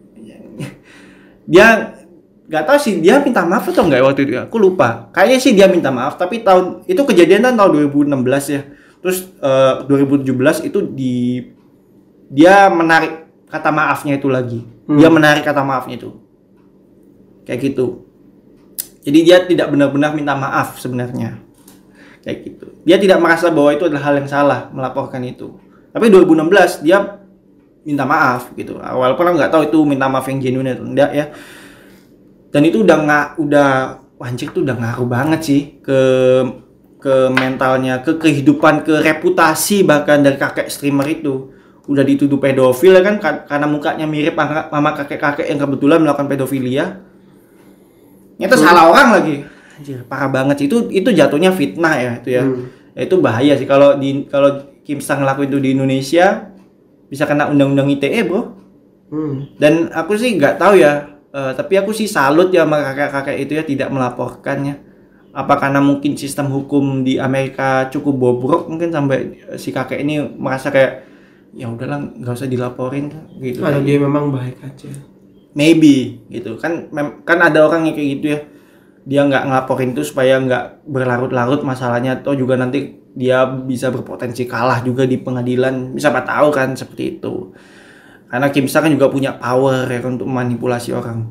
dia gak tahu sih dia minta maaf atau enggak waktu itu. Aku lupa. Kayaknya sih dia minta maaf, tapi tahun itu kejadian tahun 2016 ya. Terus 2017 itu dia menarik kata maafnya itu lagi. Dia menarik kata maafnya itu. Kayak gitu. Jadi dia tidak benar-benar minta maaf sebenarnya. Kayak gitu. Dia tidak merasa bahwa itu adalah hal yang salah melaporkan itu. Tapi 2016 dia minta maaf gitu. Walaupun aku nggak tahu itu minta maaf yang genuine atau enggak ya. Dan itu udah wah, anjir tuh udah ngaruh banget sih ke mentalnya, ke kehidupan, ke reputasi bahkan dari kakek streamer itu. Udah dituduh pedofil ya kan, karena mukanya mirip sama kakek-kakek yang kebetulan melakukan pedofilia. Nyata salah orang lagi. Anjir, parah banget sih. Itu jatuhnya fitnah ya itu ya. Ya, itu bahaya sih kalau Kimstar ngelakuin itu di Indonesia, bisa kena undang-undang ITE, bro. Dan aku sih nggak tahu ya, tapi aku sih salut ya sama kakek-kakek itu ya tidak melaporkannya. Apa karena mungkin sistem hukum di Amerika cukup bobrok mungkin sampai si kakek ini merasa kayak ya udahlah nggak usah dilaporin gitu. Kalau dia memang baik aja. Maybe gitu kan, kan ada orang yang kayak gitu ya, dia nggak ngelaporin itu supaya nggak berlarut-larut masalahnya, atau juga nanti dia bisa berpotensi kalah juga di pengadilan, siapa tahu kan seperti itu. Karena Kimstar kan juga punya power ya untuk manipulasi orang.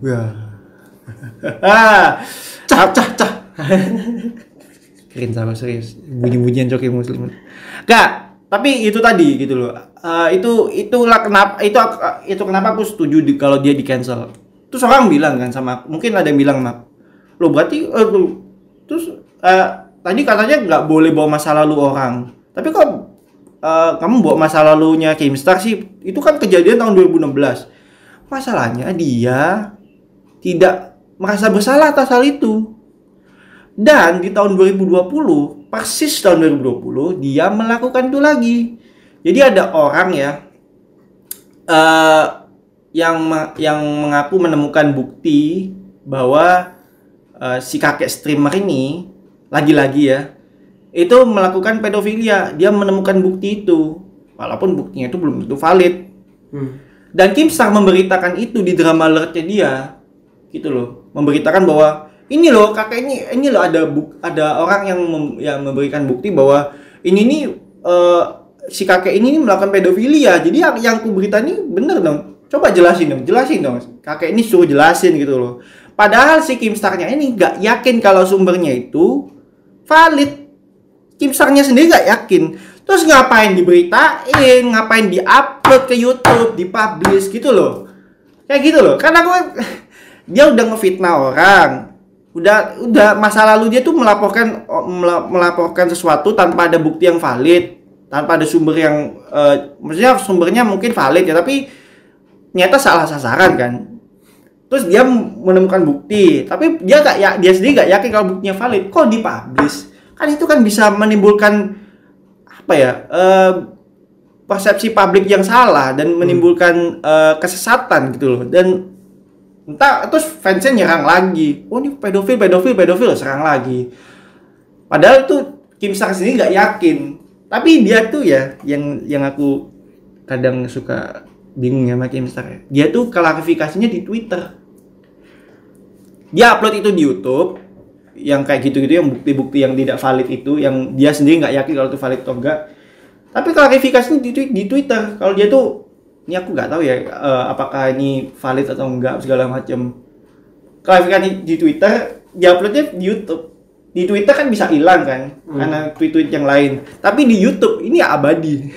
Cah. Keren sama serius. Bunyi-bunyian Coki Muslim. Enggak, tapi itu tadi gitu loh. Itulah kenapa itu kenapa aku setuju kalau dia di cancel. Terus orang bilang kan sama aku, mungkin ada yang bilang, "Mak, lo berarti terus tadi katanya nggak boleh bawa masa lalu orang. Tapi kok kamu bawa masa lalunya Kimstar sih? Itu kan kejadian tahun 2016." Masalahnya dia tidak merasa bersalah atas hal itu. Dan di tahun 2020, persis tahun 2020, dia melakukan itu lagi. Jadi ada orang ya yang mengaku menemukan bukti bahwa si kakek streamer ini lagi-lagi ya itu melakukan pedofilia. Dia menemukan bukti itu, walaupun buktinya itu belum tentu valid. Dan Kimstar memberitakan itu di drama alertnya dia, gitu loh, memberitakan bahwa ini loh kakek ini loh ada orang yang memberikan bukti bahwa ini nih si kakek ini melakukan pedofilia. Jadi yang ku berita ini bener dong. Coba jelasin dong. Kakek ini suruh jelasin gitu loh. Padahal si Kimstarnya ini nggak yakin kalau sumbernya itu valid. Kimstarnya sendiri nggak yakin. Terus ngapain diberitain, ngapain diupload ke YouTube, dipublish gitu loh. Kayak gitu loh. Karena dia udah ngefitnah orang. Udah masa lalu dia tuh melaporkan sesuatu tanpa ada bukti yang valid, tanpa ada sumber yang maksudnya sumbernya mungkin valid ya, tapi ternyata salah sasaran kan. Terus dia menemukan bukti, tapi dia sendiri nggak yakin kalau buktinya valid, kok dipublish? Kan itu kan bisa menimbulkan apa ya, persepsi publik yang salah dan menimbulkan kesesatan gitu loh. Dan entah terus fansnya nyerang lagi, oh ini pedofil serang lagi. Padahal tuh Kimstar sendiri nggak yakin, tapi dia tuh ya yang aku kadang suka bingung sama Kimstar ya. Dia tuh klarifikasinya di Twitter. Dia upload itu di YouTube yang kayak gitu-gitu, yang bukti-bukti yang tidak valid itu, yang dia sendiri nggak yakin kalau itu valid atau enggak. Tapi klarifikasinya di Twitter. Kalau dia tuh, ini aku nggak tahu ya apakah ini valid atau enggak segala macam. Klarifikasi di Twitter, diuploadnya di YouTube. Di Twitter kan bisa hilang kan, karena tweet-tweet yang lain. Tapi di YouTube ini abadi.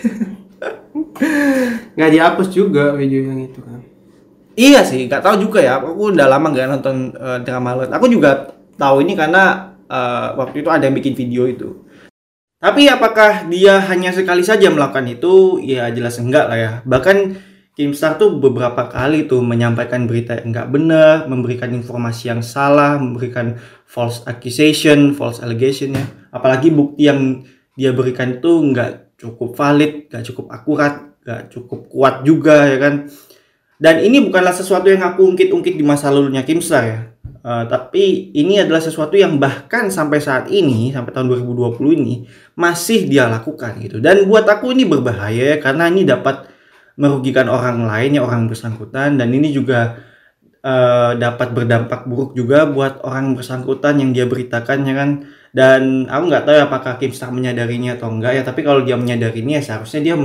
Nggak dihapus juga video yang itu kan. Iya sih, nggak tahu juga ya. Aku udah lama nggak nonton drama alert. Aku juga tahu ini karena waktu itu ada yang bikin video itu. Tapi apakah dia hanya sekali saja melakukan itu? Ya jelas enggak lah ya. Bahkan Kimstar tuh beberapa kali tuh menyampaikan berita yang enggak benar, memberikan informasi yang salah, memberikan false accusation, false allegation ya. Apalagi bukti yang dia berikan itu enggak cukup valid, enggak cukup akurat, enggak cukup kuat juga ya kan. Dan ini bukanlah sesuatu yang aku ungkit-ungkit di masa lalunya Kimstar ya. Tapi ini adalah sesuatu yang bahkan sampai saat ini, sampai tahun 2020 ini masih dia lakukan gitu. Dan buat aku ini berbahaya karena ini dapat merugikan orang lain ya, orang bersangkutan, dan ini juga dapat berdampak buruk juga buat orang bersangkutan yang dia beritakan ya kan. Dan aku nggak tahu apakah Kimstar menyadarinya atau enggak ya, tapi kalau dia menyadarinya ya seharusnya dia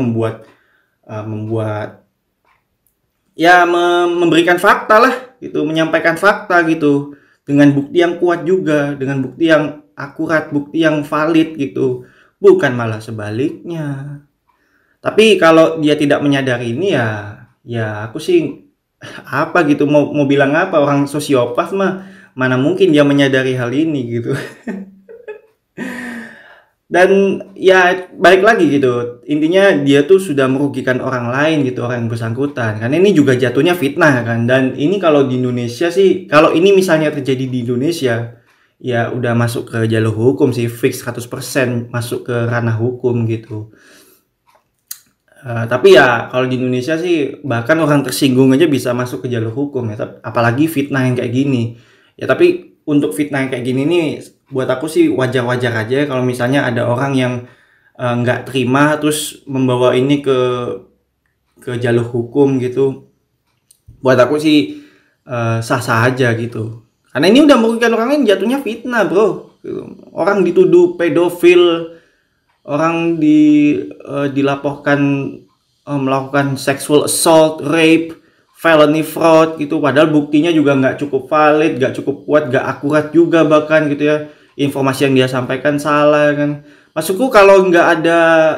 memberikan fakta lah gitu, menyampaikan fakta gitu dengan bukti yang kuat juga, dengan bukti yang akurat, bukti yang valid gitu, bukan malah sebaliknya. Tapi kalau dia tidak menyadari ini ya aku sih apa gitu mau bilang apa, orang sosiopat mah mana mungkin dia menyadari hal ini gitu. Dan ya balik lagi gitu, intinya dia tuh sudah merugikan orang lain gitu, orang yang bersangkutan, karena ini juga jatuhnya fitnah kan. Dan ini kalau di Indonesia sih, kalau ini misalnya terjadi di Indonesia, ya udah masuk ke jalur hukum sih, fix 100% masuk ke ranah hukum gitu. Tapi ya kalau di Indonesia sih bahkan orang tersinggung aja bisa masuk ke jalur hukum ya, apalagi fitnah yang kayak gini. Ya tapi untuk fitnah yang kayak gini nih buat aku sih wajar-wajar aja kalau misalnya ada orang yang nggak terima terus membawa ini ke jalur hukum gitu. Buat aku sih sah-sah aja gitu. Karena ini udah merugikan orang lain, jatuhnya fitnah, bro. Orang dituduh pedofil, orang dilaporkan melakukan sexual assault, rape, felony fraud gitu, padahal buktinya juga nggak cukup valid, nggak cukup kuat, nggak akurat juga bahkan gitu ya, informasi yang dia sampaikan salah kan. Maksudku kalau nggak ada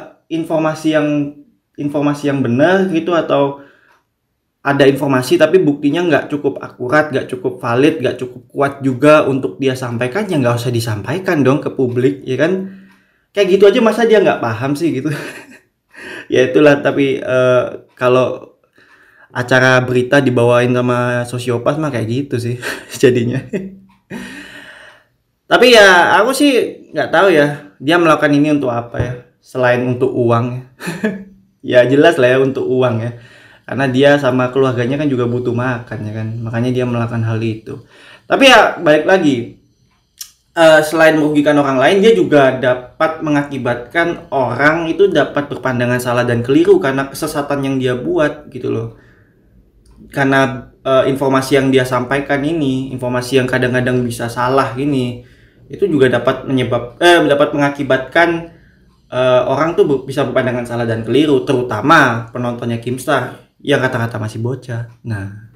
informasi yang benar gitu, atau ada informasi tapi buktinya nggak cukup akurat, nggak cukup valid, nggak cukup kuat juga untuk dia sampaikan, ya nggak usah disampaikan dong ke publik ya kan. Kayak gitu aja masa dia nggak paham sih gitu. Ya itulah, tapi kalau acara berita dibawain sama sosiopat mah kayak gitu sih jadinya. Tapi ya aku sih nggak tahu ya dia melakukan ini untuk apa ya, selain untuk uang. Ya jelas lah ya untuk uang ya, karena dia sama keluarganya kan juga butuh makan ya kan, makanya dia melakukan hal itu. Tapi ya balik lagi, selain merugikan orang lain, dia juga dapat mengakibatkan orang itu dapat berpandangan salah dan keliru karena kesesatan yang dia buat gitu loh. Karena informasi yang dia sampaikan ini, informasi yang kadang-kadang bisa salah ini, itu juga dapat dapat mengakibatkan orang tuh bisa berpandangan salah dan keliru, terutama penontonnya Keemstar yang kata-kata masih bocah. Nah,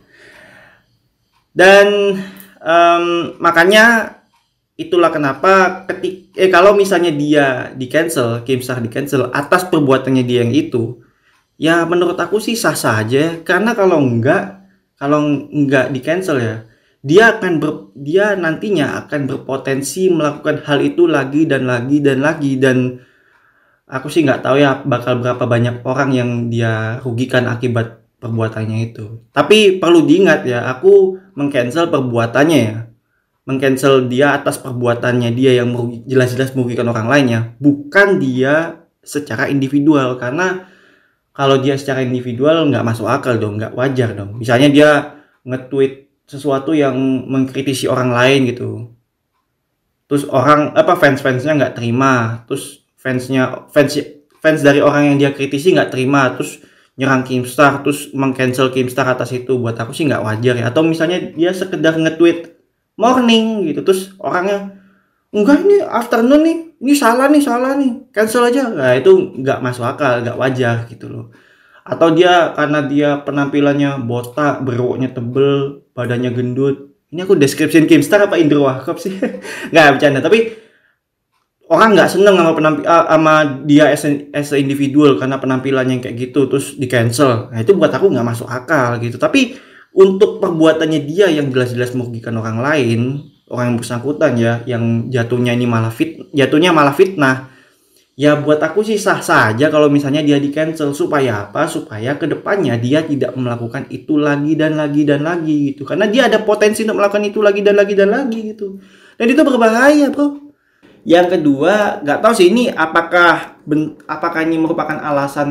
dan makanya itulah kenapa kalau misalnya dia Keemstar di cancel atas perbuatannya dia yang itu, ya menurut aku sih sah-sah aja. Karena kalau enggak di cancel ya, dia nantinya akan berpotensi melakukan hal itu lagi dan lagi dan lagi, dan aku sih nggak tahu ya bakal berapa banyak orang yang dia rugikan akibat perbuatannya itu. Tapi perlu diingat ya, aku meng-cancel perbuatannya ya, meng-cancel dia atas perbuatannya dia yang jelas-jelas merugikan orang lainnya, bukan dia secara individual. Karena kalau dia secara individual nggak masuk akal dong, nggak wajar dong. Misalnya dia nge-tweet sesuatu yang mengkritisi orang lain gitu, terus fans-fansnya nggak terima, terus fans dari orang yang dia kritisi nggak terima, terus nyerang Keemstar, terus meng-cancel Keemstar atas itu. Buat aku sih nggak wajar ya. Atau misalnya dia sekedar nge-tweet morning gitu, terus orangnya enggak ini afternoon nih, ini salah nih, cancel aja. Nah itu nggak masuk akal, nggak wajar gitu loh. Atau dia karena dia penampilannya botak, beroknya tebel, badannya gendut. Ini aku deskripsiin Keemstar apa Indro Wahkop sih? Nggak bercanda, tapi orang nggak seneng sama dia as a individual karena penampilannya yang kayak gitu terus di cancel. Nah itu buat aku nggak masuk akal gitu. Tapi untuk perbuatannya dia yang jelas-jelas merugikan orang lain, orang yang bersangkutan ya, yang jatuhnya malah fitnah, ya buat aku sih sah-sah aja kalau misalnya dia di cancel. Supaya apa? Supaya kedepannya dia tidak melakukan itu lagi dan lagi dan lagi gitu. Karena dia ada potensi untuk melakukan itu lagi dan lagi dan lagi gitu. Dan itu berbahaya, bro. Yang kedua, nggak tahu sih ini apakah ini merupakan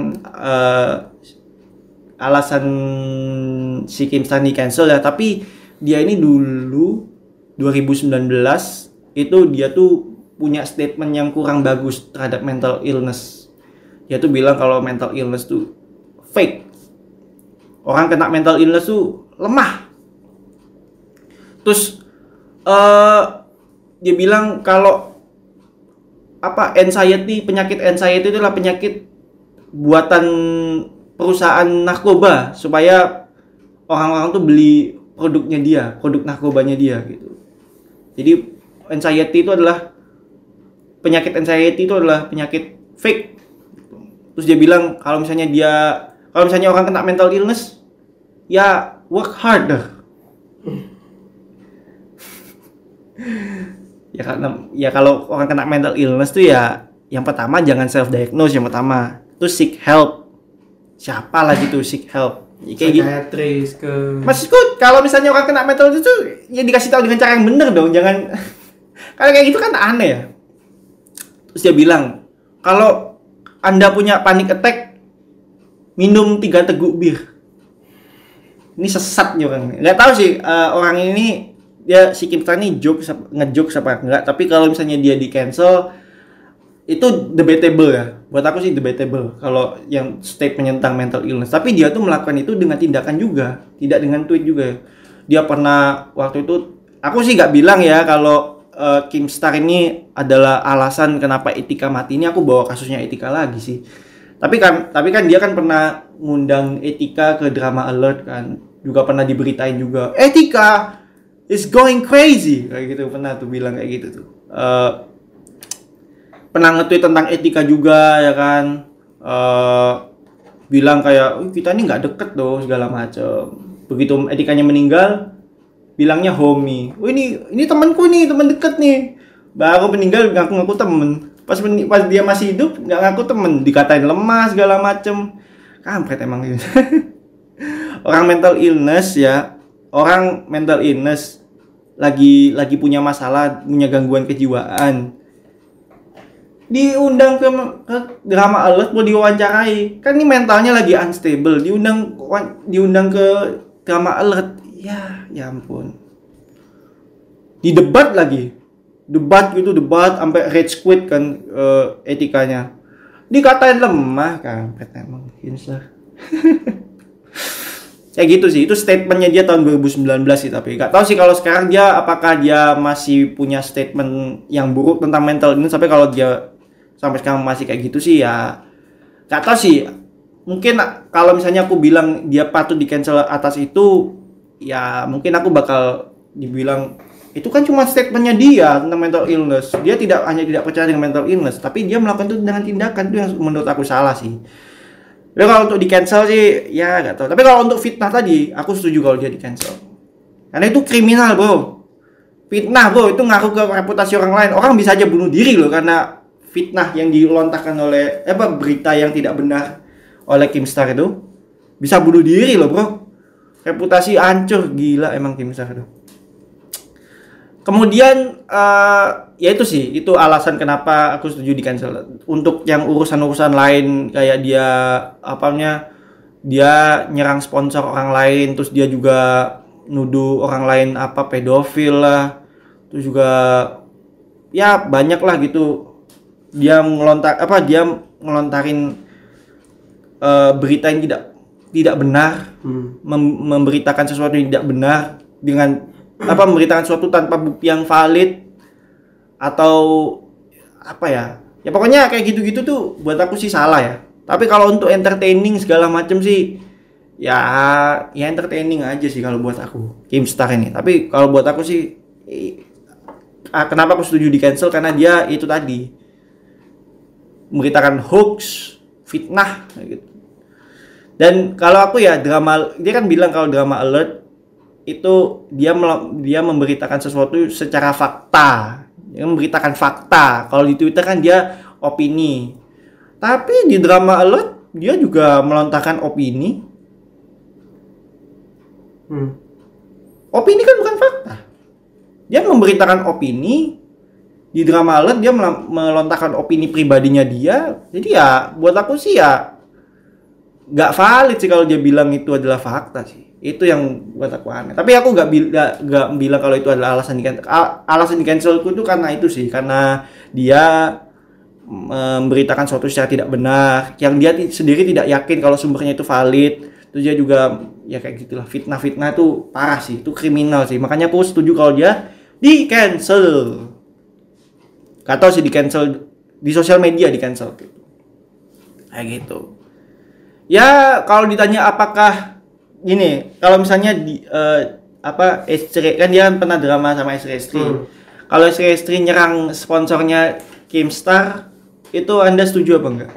alasan si Keemstar di cancel ya. Tapi dia ini dulu 2019 itu dia tuh punya statement yang kurang bagus terhadap mental illness. Dia tuh bilang kalau mental illness tuh fake. Orang kena mental illness tuh lemah. Terus dia bilang kalau penyakit anxiety itu adalah penyakit buatan perusahaan narkoba supaya orang-orang tuh beli produk narkobanya dia gitu. Jadi penyakit anxiety itu adalah penyakit fake. Terus dia bilang kalau misalnya orang kena mental illness, ya work harder. Ya karena ya kalau orang kena mental illness tuh ya yang pertama jangan self diagnose, yang pertama tuh seek help. Siapa lagi tuh seek help? Ya, kayak gitu. Psikiatris ke. Maksudku kalau misalnya orang kena mental itu ya dikasih tahu dengan cara yang benar dong, jangan kalau kayak gitu kan aneh ya. Terus dia bilang, kalau Anda punya panic attack, minum 3 teguk bir. Ini sesat nih orang. Nggak tahu sih orang ini dia si Kim Star ini ngejoke apa enggak, tapi kalau misalnya dia di cancel itu debatable ya. Buat aku sih debatable kalau yang statement tentang mental illness. Tapi dia tuh melakukan itu dengan tindakan juga, tidak dengan tweet juga. Dia pernah waktu itu, aku sih nggak bilang ya kalau Kim Star ini adalah alasan kenapa Etika mati. Ini aku bawa kasusnya Etika lagi sih. Tapi kan dia kan pernah ngundang Etika ke Drama Alert kan. Juga pernah diberitain juga, Etika is going crazy kayak gitu, pernah tuh bilang kayak gitu tuh. Pernah nge-tweet tentang Etika juga ya kan, bilang kayak kita ini nggak deket loh segala macam. Begitu Etikanya meninggal bilangnya homie, ini temanku nih, teman deket nih. Baru meninggal ngaku-ngaku temen, pas dia masih hidup nggak ngaku temen, dikatain lemah segala macam. Kampret emang gitu. Orang mental illness lagi punya masalah, punya gangguan kejiwaan, diundang ke Drama Alert mau diwawancarai. Kan ini mentalnya lagi unstable, diundang ke Drama Alert. Ya ampun. Debat sampai rage quit kan Etikanya. Dikatain lemah kan, emang insya. Kayak gitu sih, itu statementnya dia tahun 2019 sih. Tapi nggak tahu sih kalau sekarang apakah dia masih punya statement yang buruk tentang mental ini. Sampai kalau dia sampai sekarang masih kayak gitu sih ya nggak tahu sih. Mungkin kalau misalnya aku bilang dia patut di cancel atas itu, ya mungkin aku bakal dibilang itu kan cuma statementnya dia tentang mental illness. Dia tidak percaya dengan mental illness, tapi dia melakukan itu dengan tindakan. Itu yang menurut aku salah sih. Tapi kalau untuk di cancel sih ya nggak tahu. Tapi kalau untuk fitnah tadi aku setuju kalau dia di cancel, karena itu kriminal bro. Fitnah bro, itu ngaruh ke reputasi orang lain. Orang bisa aja bunuh diri loh karena fitnah yang dilontarkan oleh berita yang tidak benar oleh Kim Star itu. Bisa bunuh diri loh bro, reputasi hancur, gila emang Kim Star itu. Kemudian ya itu sih, itu alasan kenapa aku setuju di cancel. Untuk yang urusan-urusan lain kayak dia nyerang sponsor orang lain, terus dia juga nuduh orang lain pedofil lah, terus juga ya banyak lah gitu. Dia ngelontarin berita yang tidak benar, memberitakan sesuatu yang tidak benar dengan memberitakan sesuatu tanpa bukti yang valid atau ya pokoknya kayak gitu-gitu tuh buat aku sih salah ya. Tapi kalau untuk entertaining segala macam sih ya entertaining aja sih kalau buat aku Kim Star ini. Tapi kalau buat aku sih kenapa aku setuju di cancel, karena dia itu tadi memberitakan hoax, fitnah gitu. Dan kalau aku ya dia kan bilang kalau Drama Alert itu dia memberitakan sesuatu secara fakta. Dia memberitakan fakta. Kalau di Twitter kan dia opini. Tapi di Drama Alert dia juga melontarkan opini. Opini kan bukan fakta. Dia memberitakan opini. Di Drama Alert dia melontarkan opini pribadinya dia. Jadi ya buat aku sih ya nggak valid sih kalau dia bilang itu adalah fakta sih. Itu yang buat aku aneh. Tapi aku nggak bilang kalau itu adalah alasan di cancelku itu karena itu sih, karena dia memberitakan sesuatu secara tidak benar, yang dia sendiri tidak yakin kalau sumbernya itu valid. Terus dia juga ya kayak gitulah, fitnah itu parah sih, itu kriminal sih. Makanya aku setuju kalau dia di cancel. Gak tau sih di cancel di sosial media, di cancel gitu. Kayak gitu. Ya kalau ditanya apakah gini, kalau misalnya Estri kan dia kan pernah drama sama Estri. Kalau Estri nyerang sponsornya Kim Star, itu Anda setuju apa enggak?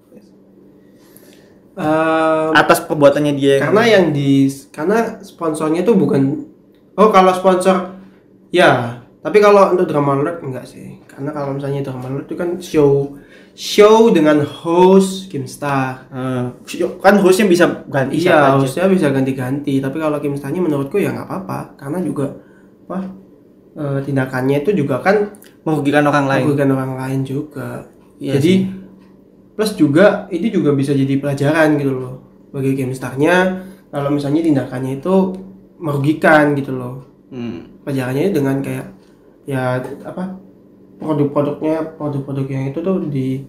Atas perbuatannya dia. Karena sponsornya itu bukan. Oh, kalau sponsor ya Tapi kalau untuk Drama Alert enggak sih. Karena kalau misalnya Drama Alert itu kan show dengan host Kimstar. Kan hostnya bisa ganti. Iya, hostnya bisa ganti-ganti. Tapi kalau Kimstarnya menurutku ya nggak apa-apa. Karena juga tindakannya itu juga kan merugikan orang lain juga. Iya, jadi plus juga ini juga bisa jadi pelajaran gitu loh bagi Kimstarnya kalau misalnya tindakannya itu merugikan gitu loh. Pelajarannya dengan kayak ya produk-produknya itu tuh di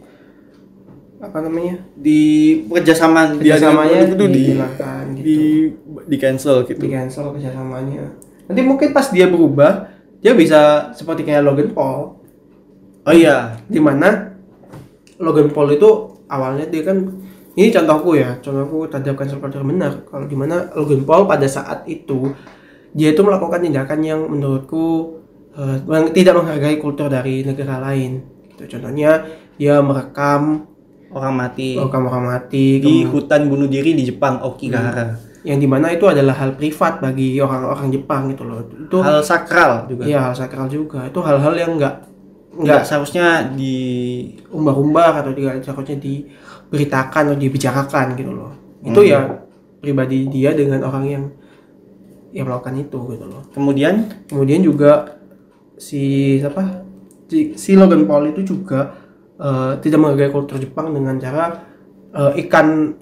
kerjasamanya itu dihilangkan gitu. di cancel gitu. Di cancel kerjasamanya. Nanti mungkin pas dia berubah dia bisa seperti kayak Logan Paul. Oh iya, dimana Logan Paul itu awalnya dia kan, ini contohku terhadap cancel culture benar. Kalau dimana Logan Paul pada saat itu dia itu melakukan tindakan yang menurutku tidak menghargai kultur dari negara lain. Gitu. Contohnya dia merekam orang mati di hutan bunuh diri di Jepang, Okigahara. Yang dimana itu adalah hal privat bagi orang-orang Jepang gitu loh. Itu hal sakral juga. Iya, hal sakral juga. Itu hal-hal yang nggak seharusnya diumbar-umbar atau tidak seharusnya diberitakan atau dibicarakan gitu loh. Itu ya pribadi dia dengan orang yang melakukan itu gitu loh. Kemudian juga si Logan Paul itu juga tidak menghargai kultur Jepang dengan cara ikan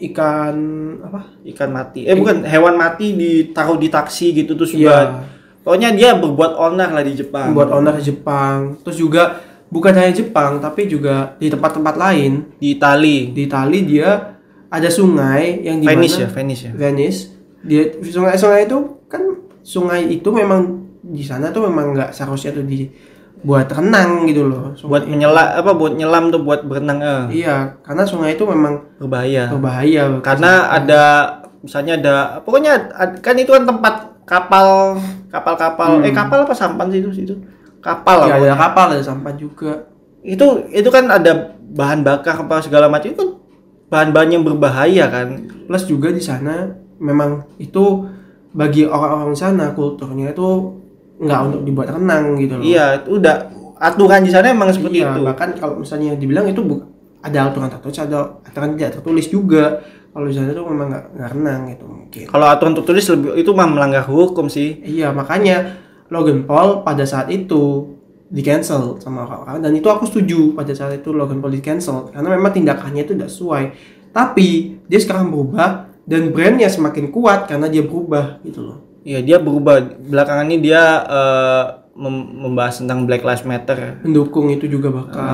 mati. Bukan, hewan mati ditaruh di taksi gitu terus juga. Pokoknya dia berbuat onar lah di Jepang. Terus juga bukan hanya Jepang tapi juga di tempat-tempat lain. Di Itali dia ada sungai yang di Venice. Dia sungai itu kan memang di sana tuh memang nggak seharusnya tuh buat renang gitu loh. Buat nyelam tuh buat berenang. Iya, karena sungai itu memang berbahaya. Karena misalnya pokoknya kan itu kan tempat kapal kapal apa sampan sih itu kapal lah. Ada kapal, ada sampan juga. Itu kan ada bahan bakar apa segala macam, itu kan bahan-bahan yang berbahaya kan. Plus juga di sana memang itu bagi orang-orang sana kulturnya itu nggak untuk dibuat renang gitu loh. Iya, itu udah aturan di sana emang seperti itu. Bahkan kalau misalnya dibilang itu ada aturan tertulis, ada aturan tidak tertulis juga. Kalau di sana tuh memang nggak renang gitu mungkin. Kalau aturan tertulis itu mah melanggar hukum sih. Iya, makanya Logan Paul pada saat itu di cancel sama orang-orang, dan itu aku setuju pada saat itu Logan Paul di cancel karena memang tindakannya itu tidak sesuai. Tapi dia sekarang berubah dan brandnya semakin kuat karena dia berubah gitu loh. Iya, dia berubah. Belakangan ini dia membahas tentang Black Lives Matter. Mendukung itu juga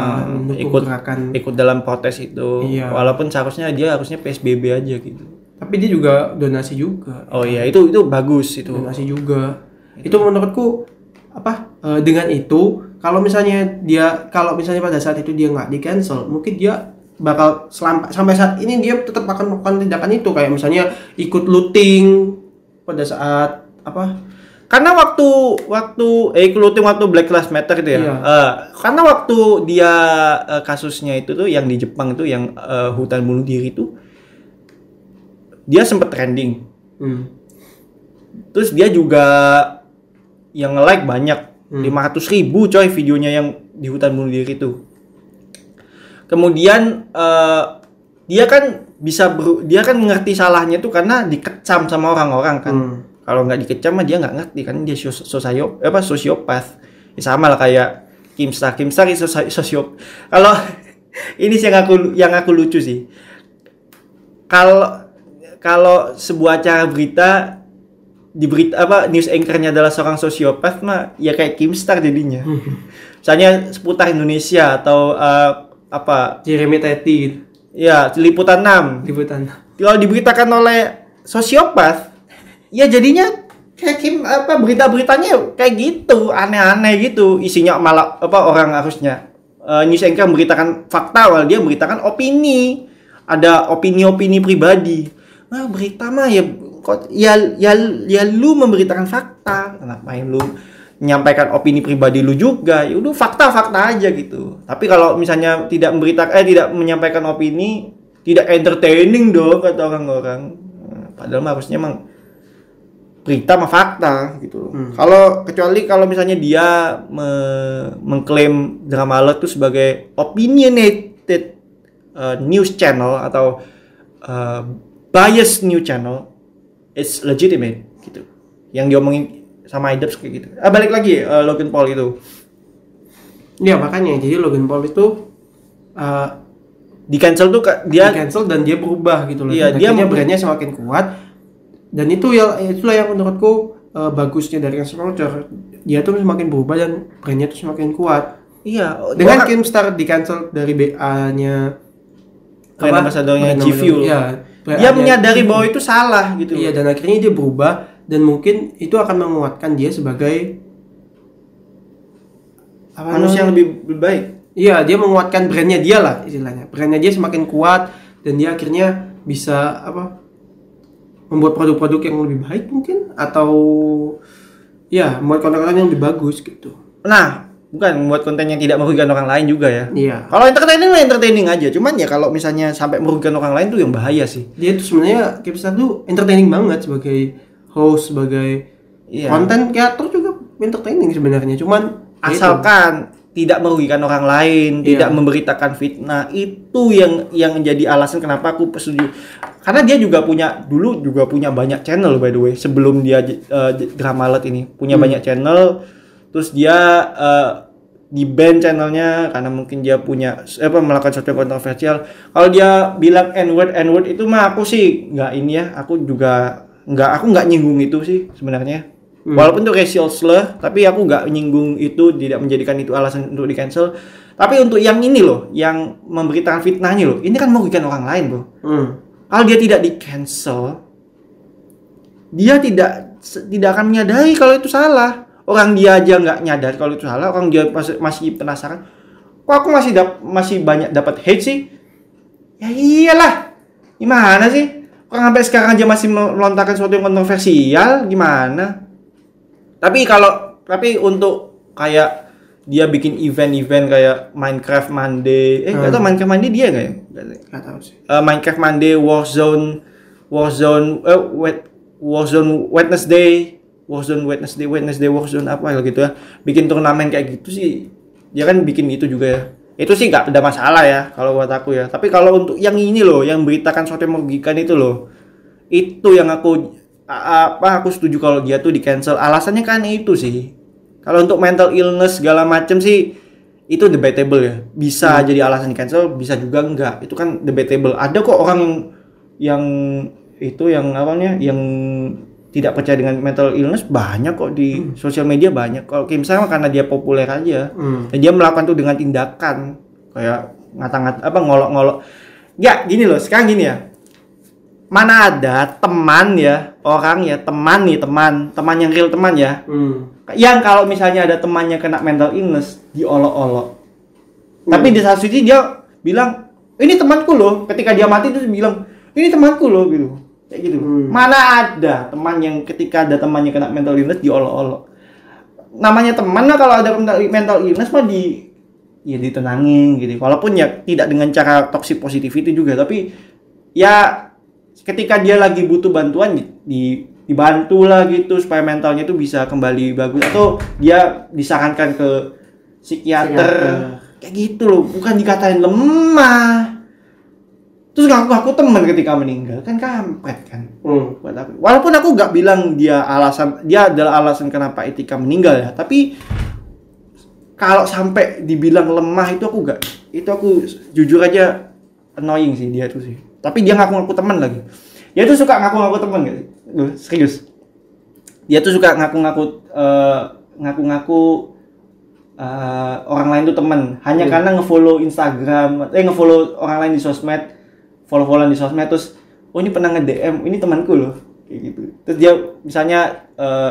ikut dalam protes itu. Iya. Walaupun harusnya PSBB aja gitu. Tapi dia juga donasi juga. Oh iya, itu bagus itu. Donasi juga. Itu menurutku dengan itu kalau misalnya pada saat itu dia nggak di cancel, mungkin dia bakal sampai saat ini dia tetap akan melakukan tindakan itu, kayak misalnya ikut looting pada saat karena waktu looting waktu Black Lives Matter itu ya. Iya. Karena waktu dia kasusnya itu tuh yang di Jepang itu yang hutan bunuh diri itu dia sempat trending. Terus dia juga yang nge-like banyak, 500.000 coy videonya yang di hutan bunuh diri itu. Kemudian dia kan ngerti salahnya tuh karena dikecam sama orang-orang kan. Kalau nggak dikecam mah dia nggak ngerti kan, dia sosiopat. Ya sama lah kayak Kimstar itu sosiopat. Kalau ini sih yang aku lucu sih. Kalau sebuah acara berita news anchor-nya adalah seorang sosiopat mah ya kayak Kimstar jadinya. Misalnya seputar Indonesia atau Jeremy Teti. Ya, Liputan 6. Kalau diberitakan oleh sosiopat, ya jadinya kayak berita-beritanya kayak gitu, aneh-aneh gitu. Isinya malah orang harusnya news anchor memberitakan fakta, walau dia memberitakan opini. Ada opini-opini pribadi. Nah, berita mah ya lu memberitakan fakta. Kenapa lu menyampaikan opini pribadi lu juga? Ya udah fakta-fakta aja gitu. Tapi kalau misalnya tidak menyampaikan opini, tidak entertaining dong kata orang-orang. Padahal harusnya emang berita sama fakta gitu. Kalau kecuali kalau misalnya dia mengklaim Drama Alert itu sebagai opinionated news channel atau biased news channel, it's legitimate gitu. Yang diomongin sama Idubbbz kayak gitu. Balik lagi Logan Paul itu. Ya makanya jadi Logan Paul itu di cancel tuh dia di cancel dan dia berubah gitu loh. Iya, dia brandnya semakin kuat. Dan itulah yang menurutku bagusnya dari cancel culture. Dia tuh semakin berubah dan brandnya tuh semakin kuat. Iya. Dengan Keemstar di cancel dari BA-nya brand ambassador-nya G Fuel. Iya. Dia menyadari bahwa itu salah gitu. Iya, dan akhirnya dia berubah dan mungkin itu akan menguatkan dia sebagai manusia yang lebih baik. Iya, dia menguatkan brandnya dia lah istilahnya. Brandnya dia semakin kuat dan dia akhirnya bisa membuat produk-produk yang lebih baik mungkin atau ya membuat konten-konten yang lebih bagus gitu. Nah, bukan membuat konten yang tidak merugikan orang lain juga ya. Iya. Kalau entertaining aja. Cuman ya kalau misalnya sampai merugikan orang lain tuh yang bahaya sih. Dia tuh sebenarnya Keemstar tuh entertaining banget sebagai host, sebagai konten kreator juga entertaining sebenarnya. Cuman asalkan tidak merugikan orang lain, tidak memberitakan fitnah, itu yang menjadi alasan kenapa aku setuju. Karena dia dulu juga punya banyak channel by the way, sebelum dia Drama Alert ini punya banyak channel, terus dia di ban channelnya karena mungkin dia punya melakukan sesuatu yang kontroversial. Kalau dia bilang n-word itu mah aku sih aku nggak nyinggung itu sih sebenarnya. Walaupun itu racial slur, tapi aku nggak nyinggung itu, tidak menjadikan itu alasan untuk di cancel. Tapi untuk yang ini loh, yang memberitakan fitnahnya loh, ini kan merugikan orang lain bro. Kalau dia tidak di cancel, dia tidak akan menyadari kalau itu salah. Orang dia aja nggak nyadar kalau itu salah, orang dia masih penasaran. Kok aku masih banyak dapat hate sih? Ya iyalah, gimana sih? Orang sampai sekarang aja masih melontarkan sesuatu yang kontroversial, gimana? Tapi untuk kayak dia bikin event-event kayak Minecraft Monday, nggak tahu Minecraft Monday dia nggak ya? Nggak tahu sih. Minecraft Monday, Warzone Wednesday Warzone apa gitu ya, bikin turnamen kayak gitu sih, dia kan bikin itu juga ya. Itu sih nggak ada masalah ya kalau buat aku ya. Tapi kalau untuk yang ini loh, yang beritakan sesuatu yang merugikan itu loh, itu yang aku setuju kalau dia tuh di cancel. Alasannya kan itu sih. Kalau untuk mental illness segala macem sih itu debatable ya. Bisa jadi alasan di cancel, bisa juga enggak. Itu kan debatable. Ada kok orang yang tidak percaya dengan mental illness banyak kok di sosial media banyak. Kalau Keemstar karena dia populer aja. Dan dia melakukan tuh dengan tindakan kayak ngolok-ngolok. Ya, gini loh, sekarang gini ya. Mana ada teman ya, orang ya, teman yang real teman ya. Yang kalau misalnya ada temannya kena mental illness, diolok-olok. Tapi di satu sisi dia bilang, "Ini temanku loh." Ketika dia mati itu bilang, "Ini temanku loh." Gitu. Kayak gitu. Mana ada teman yang ketika ada temannya kena mental illness diolok-olok. Namanya teman lah, kalau ada mental illness mah ditenangin gitu. Walaupun ya tidak dengan cara toxic positivity juga, tapi ya ketika dia lagi butuh bantuan dibantu lah gitu supaya mentalnya itu bisa kembali bagus, atau dia disarankan ke psikiater. Kayak gitu loh, bukan dikatain lemah. Terus ngaku teman ketika meninggal, kan kampret kan. Buat aku. Walaupun aku nggak bilang dia adalah alasan kenapa Etika meninggal ya, tapi kalau sampai dibilang lemah itu aku jujur aja annoying sih dia tuh sih. Tapi dia ngaku teman lagi. Dia tuh suka ngaku teman gak sih? Serius. Dia tuh suka ngaku orang lain tuh teman hanya karena ngefollow Instagram, ngefollow orang lain di sosmed, follow-followan di sosmed, terus ini pernah nge-DM, ini temanku loh, kayak gitu. Terus dia misalnya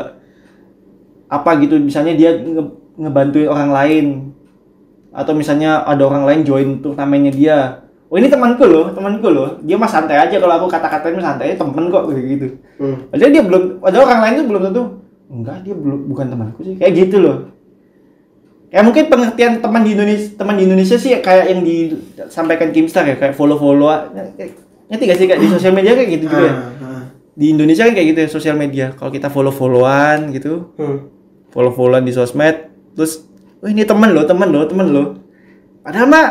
misalnya dia ngebantuin orang lain, atau misalnya ada orang lain join turnamennya dia. Ini temanku loh, dia mah santai aja, kalau aku kata-katain santai, temen kok kayak gitu. Padahal orang lain tuh belum tentu, enggak, dia bukan temanku sih, kayak gitu loh. Kayak mungkin pengertian teman di Indonesia sih kayak yang disampaikan Keemstar ya, kayak follow-follow. Ngerti gak sih kayak di sosial media kayak gitu juga. di Indonesia kan kayak gitu ya sosial media. Kalau kita follow-followan gitu, follow-followan di sosmed, terus, oh ini temen lo. Padahal mah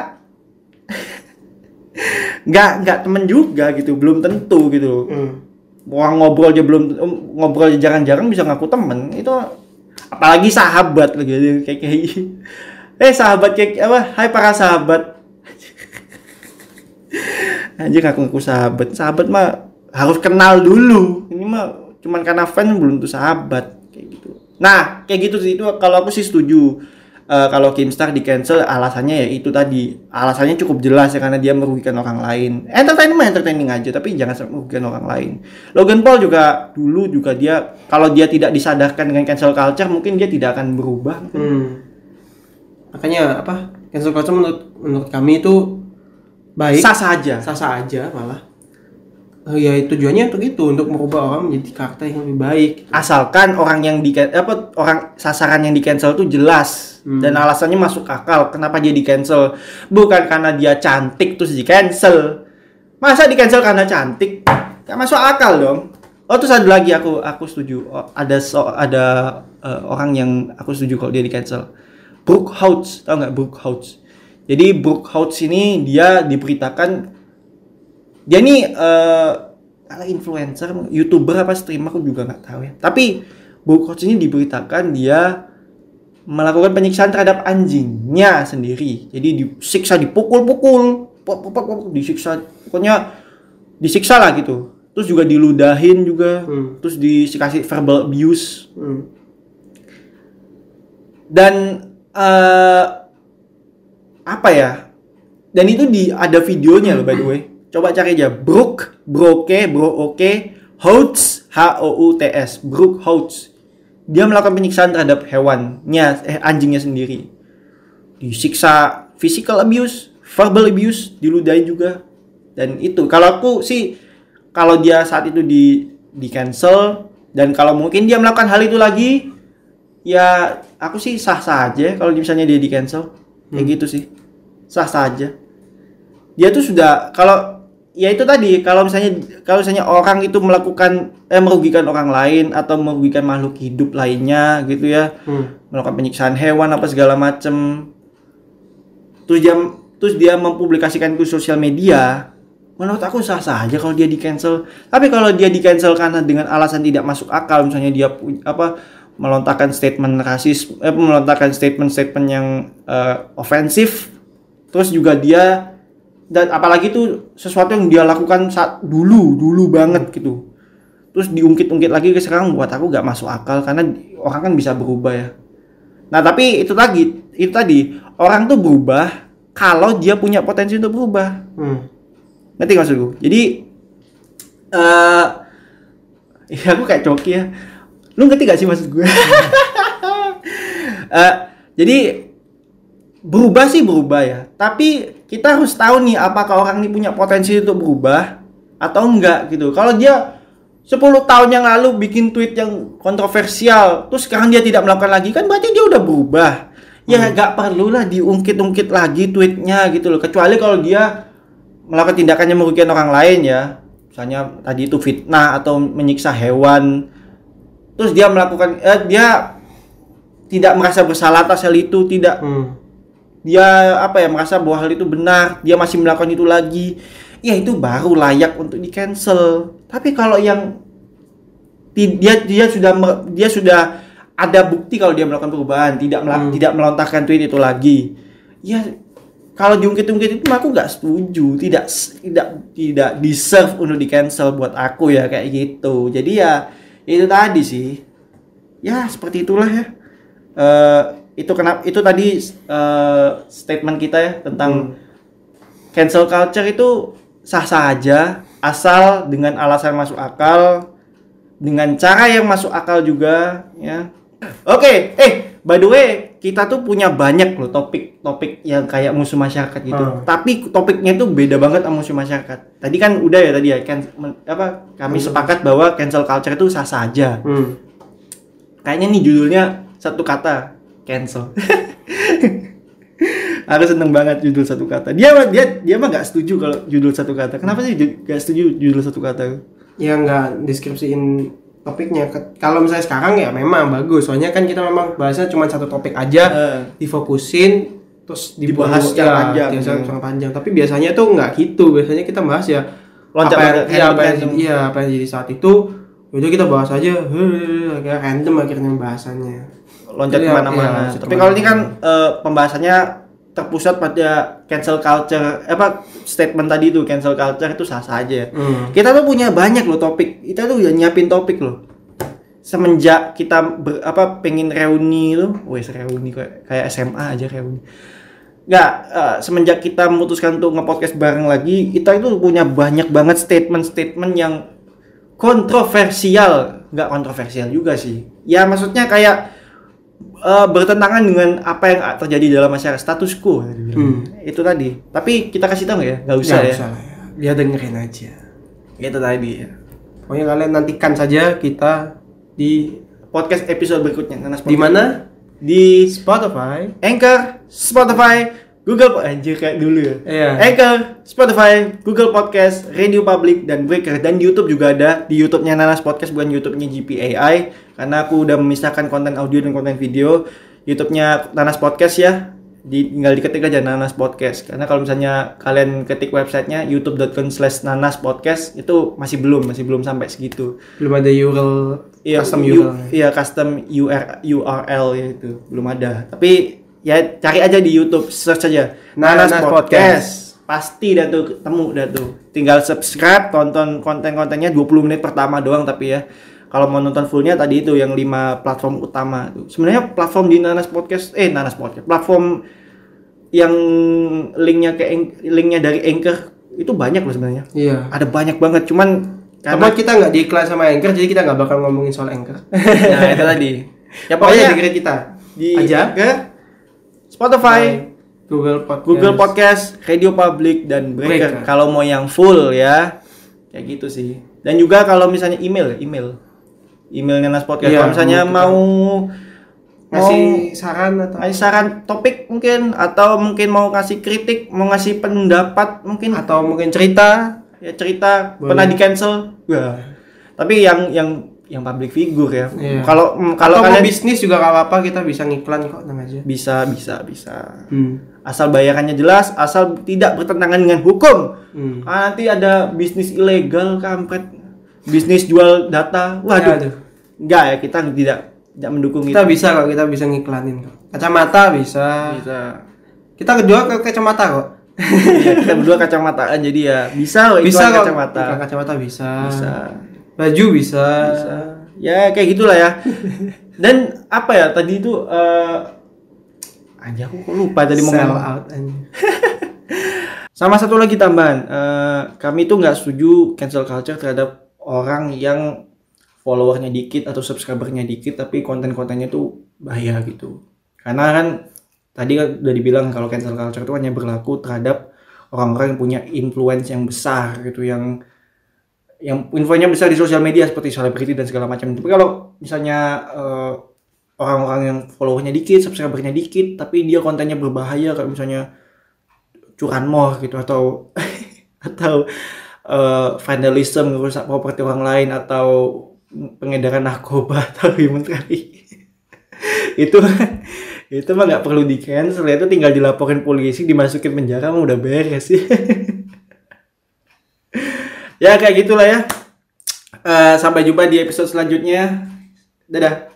nggak temen juga gitu, belum tentu gitu. Orang ngobrol aja jarang-jarang bisa ngaku temen. Itu apalagi sahabat lagi kayak sahabat kayak apa? Hai para sahabat. Anjir ngaku sahabat mah harus kenal dulu. Ini mah cuman karena fan belum tentu sahabat kayak gitu. Nah, kayak gitu sih, itu kalau aku sih setuju. Kalau Keemstar di cancel alasannya ya itu tadi. Alasannya cukup jelas ya, karena dia merugikan orang lain. Entertaining aja, tapi jangan sampai merugikan orang lain. Logan Paul juga dulu dia, kalau dia tidak disadarkan dengan cancel culture, mungkin dia tidak akan berubah. Makanya apa? Cancel culture menurut kami itu baik. Sah aja malah. Ya tujuannya untuk merubah orang menjadi karakter yang lebih baik. Asalkan orang yang orang sasaran yang di cancel itu jelas dan alasannya masuk akal. Kenapa dia di cancel? Bukan karena dia cantik terus di cancel. Masa di cancel karena cantik? Gak masuk akal dong. Oh, terus ada lagi aku setuju. Ada orang yang aku setuju kalau dia di cancel. Brooke Houts, tau nggak Brooke Houts? Jadi Brooke Houts ini dia diberitakan dia nih influencer, YouTuber apa streamer aku juga nggak tahu ya. Tapi Brooke Houts ini diberitakan dia melakukan penyiksaan terhadap anjingnya sendiri. Jadi disiksa, dipukul-pukul, disiksa, pokoknya disiksa lah gitu. Terus juga diludahin juga, terus dikasih verbal abuse. Dan apa ya? Dan itu ada videonya loh by the way. Coba cari aja Brooke Houts, Houts, Brooke Houts. Dia melakukan penyiksaan terhadap anjingnya sendiri. Disiksa physical abuse, verbal abuse, diludahin juga. Dan itu kalau aku sih, kalau dia saat itu di cancel, dan kalau mungkin dia melakukan hal itu lagi, ya aku sih sah-sah aja kalau misalnya dia di cancel. Kayak gitu sih. Sah-sah aja. Dia tuh sudah, kalau ya itu tadi, kalau misalnya orang itu merugikan orang lain atau merugikan makhluk hidup lainnya gitu ya, melakukan penyiksaan hewan apa segala macem, terus dia mempublikasikan ke sosial media, menurut aku sah-sah aja kalau dia di cancel. Tapi kalau dia di cancel karena dengan alasan tidak masuk akal, misalnya dia melontarkan statement rasis, melontarkan statement yang ofensif, terus juga dia, dan apalagi itu sesuatu yang dia lakukan saat dulu banget gitu, terus diungkit lagi ke sekarang, buat aku gak masuk akal, karena orang kan bisa berubah ya. Nah tapi itu tadi orang tuh berubah kalau dia punya potensi untuk berubah. Ngerti maksudku? Jadi ya aku kayak coki ya, lu ngerti gak sih maksud gue? Jadi berubah ya, tapi kita harus tahu nih apakah orang ini punya potensi untuk berubah atau enggak gitu. Kalau dia 10 tahun yang lalu bikin tweet yang kontroversial, terus sekarang dia tidak melakukan lagi, kan berarti dia udah berubah. Ya enggak perlulah diungkit lagi tweetnya gitu loh. Kecuali kalau dia melakukan tindakan yang merugikan orang lain ya. Misalnya tadi itu fitnah atau menyiksa hewan. Terus dia melakukan dia tidak merasa bersalah atas hal itu, tidak dia merasa bahwa hal itu benar, dia masih melakukan itu lagi, ya itu baru layak untuk di cancel. Tapi kalau yang dia sudah ada bukti kalau dia melakukan perubahan, tidak melontarkan tweet itu lagi, ya kalau diungkit itu aku nggak setuju, tidak deserve untuk di cancel buat aku ya, kayak gitu. Jadi ya itu tadi sih, ya seperti itulah ya. Itu tadi statement kita ya tentang cancel culture itu sah-sah aja asal dengan alasan masuk akal, dengan cara yang masuk akal juga ya. Oke, by the way, kita tuh punya banyak loh topik yang kayak musuh masyarakat gitu. Tapi topiknya tuh beda banget sama musuh masyarakat. Tadi kan udah ya tadi ya, kami sepakat bahwa cancel culture itu sah-sah aja. Kayaknya nih judulnya satu kata, cancel. Aku seneng banget judul satu kata. Dia mah gak setuju kalau judul satu kata. Kenapa sih gak setuju judul satu kata? ya nggak deskripsiin topiknya. Kalau misalnya sekarang ya memang bagus, soalnya kan kita memang bahasnya cuma satu topik aja, difokusin terus dibahas secara panjang. Tapi biasanya tuh nggak gitu, biasanya kita bahas ya apa yang jadi saat itu, udah kita bahas aja, kayak random akhirnya bahasannya, loncat kemana-mana. Tapi kalau ini kan pembahasannya terpusat pada cancel culture, statement tadi tuh, cancel culture itu sah-sah aja. Kita tuh punya banyak loh topik, kita tuh udah nyiapin topik loh. Semenjak kita pengen reuni tuh, reuni kayak SMA aja reuni. Nggak, semenjak kita memutuskan untuk nge-podcast bareng lagi, kita itu punya banyak banget statement-statement yang kontroversial. Nggak kontroversial juga sih. Ya maksudnya kayak bertentangan dengan apa yang terjadi dalam masyarakat, status quo. Itu tadi. Tapi kita kasih tahu ya? Nggak usah ya. Dia dengerin aja. Itu tadi ya. Pokoknya kalian nantikan saja kita di podcast episode berikutnya. Di mana? Di Spotify, Anchor, Spotify, Google anjir kayak dulu ya. Iya. Anchor, Spotify, Google Podcast, Radio Public dan Breaker, dan di YouTube juga ada. Di YouTube-nya Nanas Podcast, bukan YouTube-nya GPAI, karena aku udah memisahkan konten audio dan konten video. YouTube-nya Nanas Podcast ya. Tinggal diketik aja Nanas Podcast. Karena kalau misalnya kalian ketik websitenya youtube.com/nanaspodcast itu masih belum sampai segitu. Belum ada URL, custom URL. Iya, custom URL ya itu belum ada. Tapi ya cari aja di YouTube, search aja Nanas Podcast. Pasti dah tuh ketemu dah tuh. Tinggal subscribe, tonton konten-kontennya 20 menit pertama doang, tapi ya kalau mau nonton fullnya tadi itu yang 5 platform utama tuh. Sebenarnya platform di Nanas Podcast, platform yang linknya dari Anchor itu banyak loh sebenarnya. Iya. Ada banyak banget, cuman karena kita nggak diiklan sama Anchor, jadi kita nggak bakal ngomongin soal Anchor. Nah itu tadi. Ya pokoknya dengerin kita di aja ke Spotify, Google Podcast, Radio Public dan Breaker. Kalau mau yang full ya, kayak gitu sih. Dan juga kalau misalnya emailnya Nanas Podcast. Kalau misalnya mau ngasih saran topik mungkin, atau mungkin mau ngasih kritik, mau ngasih pendapat mungkin, atau mungkin cerita boleh. Pernah di cancel. Wah. Tapi yang public figure ya. Iya. Kalau kalian bisnis juga gak apa-apa, kita bisa ngiklan kok, tenang aja. Bisa. Asal bayarannya jelas, asal tidak bertentangan dengan hukum. Nanti ada bisnis ilegal, kampret. Bisnis jual data. Waduh. Enggak ya, kita tidak mendukung itu. Kita bisa kok, kita bisa ngiklanin kok. Kacamata bisa. Kita kedua ke kacamata kok. Iya, kita berdua kacamataan, jadi ya bisa kok. Bisa kok. Kacamata bisa. Baju bisa. Ya kayak gitulah ya. Dan apa ya tadi itu aku lupa tadi mau sell out. Sama satu lagi tambahan, kami tuh nggak setuju cancel culture terhadap orang yang followernya dikit atau subscribernya dikit tapi konten-kontennya tuh bahaya gitu. Karena kan tadi udah dibilang kalau cancel culture itu hanya berlaku terhadap orang-orang yang punya influence yang besar gitu, yang infonya besar di sosial media seperti selebriti dan segala macam. Tapi kalau misalnya orang-orang yang followernya dikit, subscribernya dikit, tapi dia kontennya berbahaya kayak misalnya curanmor gitu, atau vandalism, merusak properti orang lain, atau pengedaran narkoba atau human trafficking, itu mah nggak perlu di cancel, itu tinggal dilaporin polisi, dimasukin penjara mah udah beres sih. Ya kayak gitulah ya. Sampai jumpa di episode selanjutnya. Dadah.